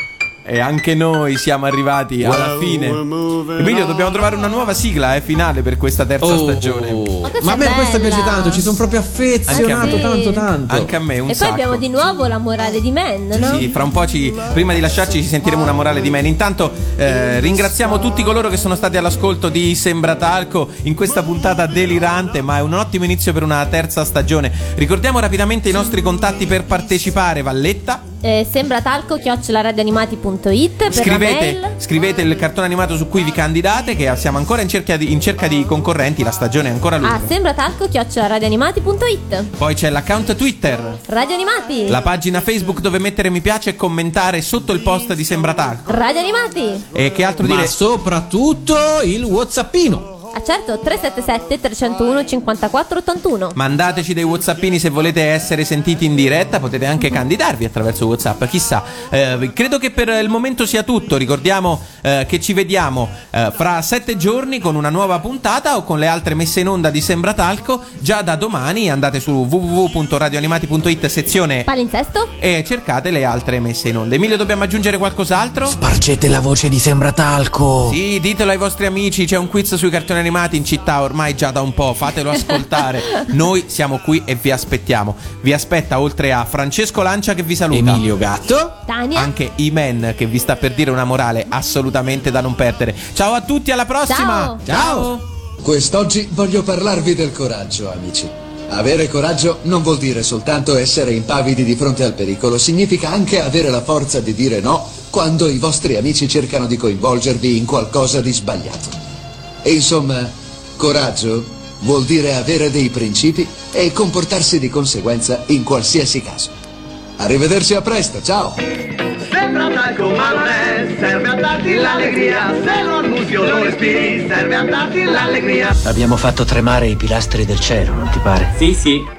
S3: E anche noi siamo arrivati alla fine. Emilio, dobbiamo trovare una nuova sigla finale per questa terza stagione.
S5: Ma a me questa piace tanto, ci sono proprio affezionato tanto.
S3: Anche a me un
S4: E
S3: sacco.
S4: poi abbiamo di nuovo la morale di Man, no?
S3: Sì, fra un po' prima di lasciarci ci sentiremo una morale di Man. Intanto ringraziamo tutti coloro che sono stati all'ascolto di Sembratalco in questa puntata delirante, ma è un ottimo inizio per una terza stagione. Ricordiamo rapidamente i nostri contatti per partecipare. Valletta,
S4: sembratalco@radioanimati.it per la mail.
S3: scrivete il cartone animato su cui vi candidate, che siamo ancora in cerca di concorrenti, la stagione è ancora lunga.
S4: sembratalco@radioanimati.it.
S3: Poi c'è l'account Twitter,
S4: Radio Animati.
S3: la pagina Facebook dove mettere mi piace e commentare sotto il post di Sembratalco.
S4: Radio Animati.
S3: E che altro
S5: Ma
S3: dire?
S5: soprattutto il WhatsAppino.
S4: Ah certo, 377 301 54 81.
S3: Mandateci dei whatsappini se volete essere sentiti in diretta. Potete anche candidarvi attraverso WhatsApp, chissà. Credo che per il momento sia tutto. Ricordiamo che ci vediamo fra 7 giorni con una nuova puntata o con le altre messe in onda di Sembratalco. Già da domani andate su www.radioanimati.it sezione
S4: palinsesto
S3: e cercate le altre messe in onda. Emilio, dobbiamo aggiungere qualcos'altro?
S12: Spargete la voce di Sembratalco.
S3: Sì, ditelo ai vostri amici. C'è un quiz sui cartoni animati in città ormai già da un po', fatelo ascoltare. Noi siamo qui e vi aspettiamo. Vi aspetta, oltre a Francesco Lancia che vi saluta,
S5: Emilio Gatto,
S4: Tania,
S3: anche Imen che vi sta per dire una morale assolutamente da non perdere. Ciao a tutti, alla prossima.
S5: Ciao.
S13: Quest'oggi voglio parlarvi del coraggio, amici. Avere coraggio non vuol dire soltanto essere impavidi di fronte al pericolo, significa anche avere la forza di dire no quando i vostri amici cercano di coinvolgervi in qualcosa di sbagliato. E insomma, coraggio vuol dire avere dei principi e comportarsi di conseguenza in qualsiasi caso. Arrivederci, a presto, ciao!
S9: Sembratalco ma non è, serve a darti l'allegria, se lo annusi o lo respiri, serve a darti l'allegria.
S12: Abbiamo fatto tremare i pilastri del cielo, non ti pare?
S7: Sì,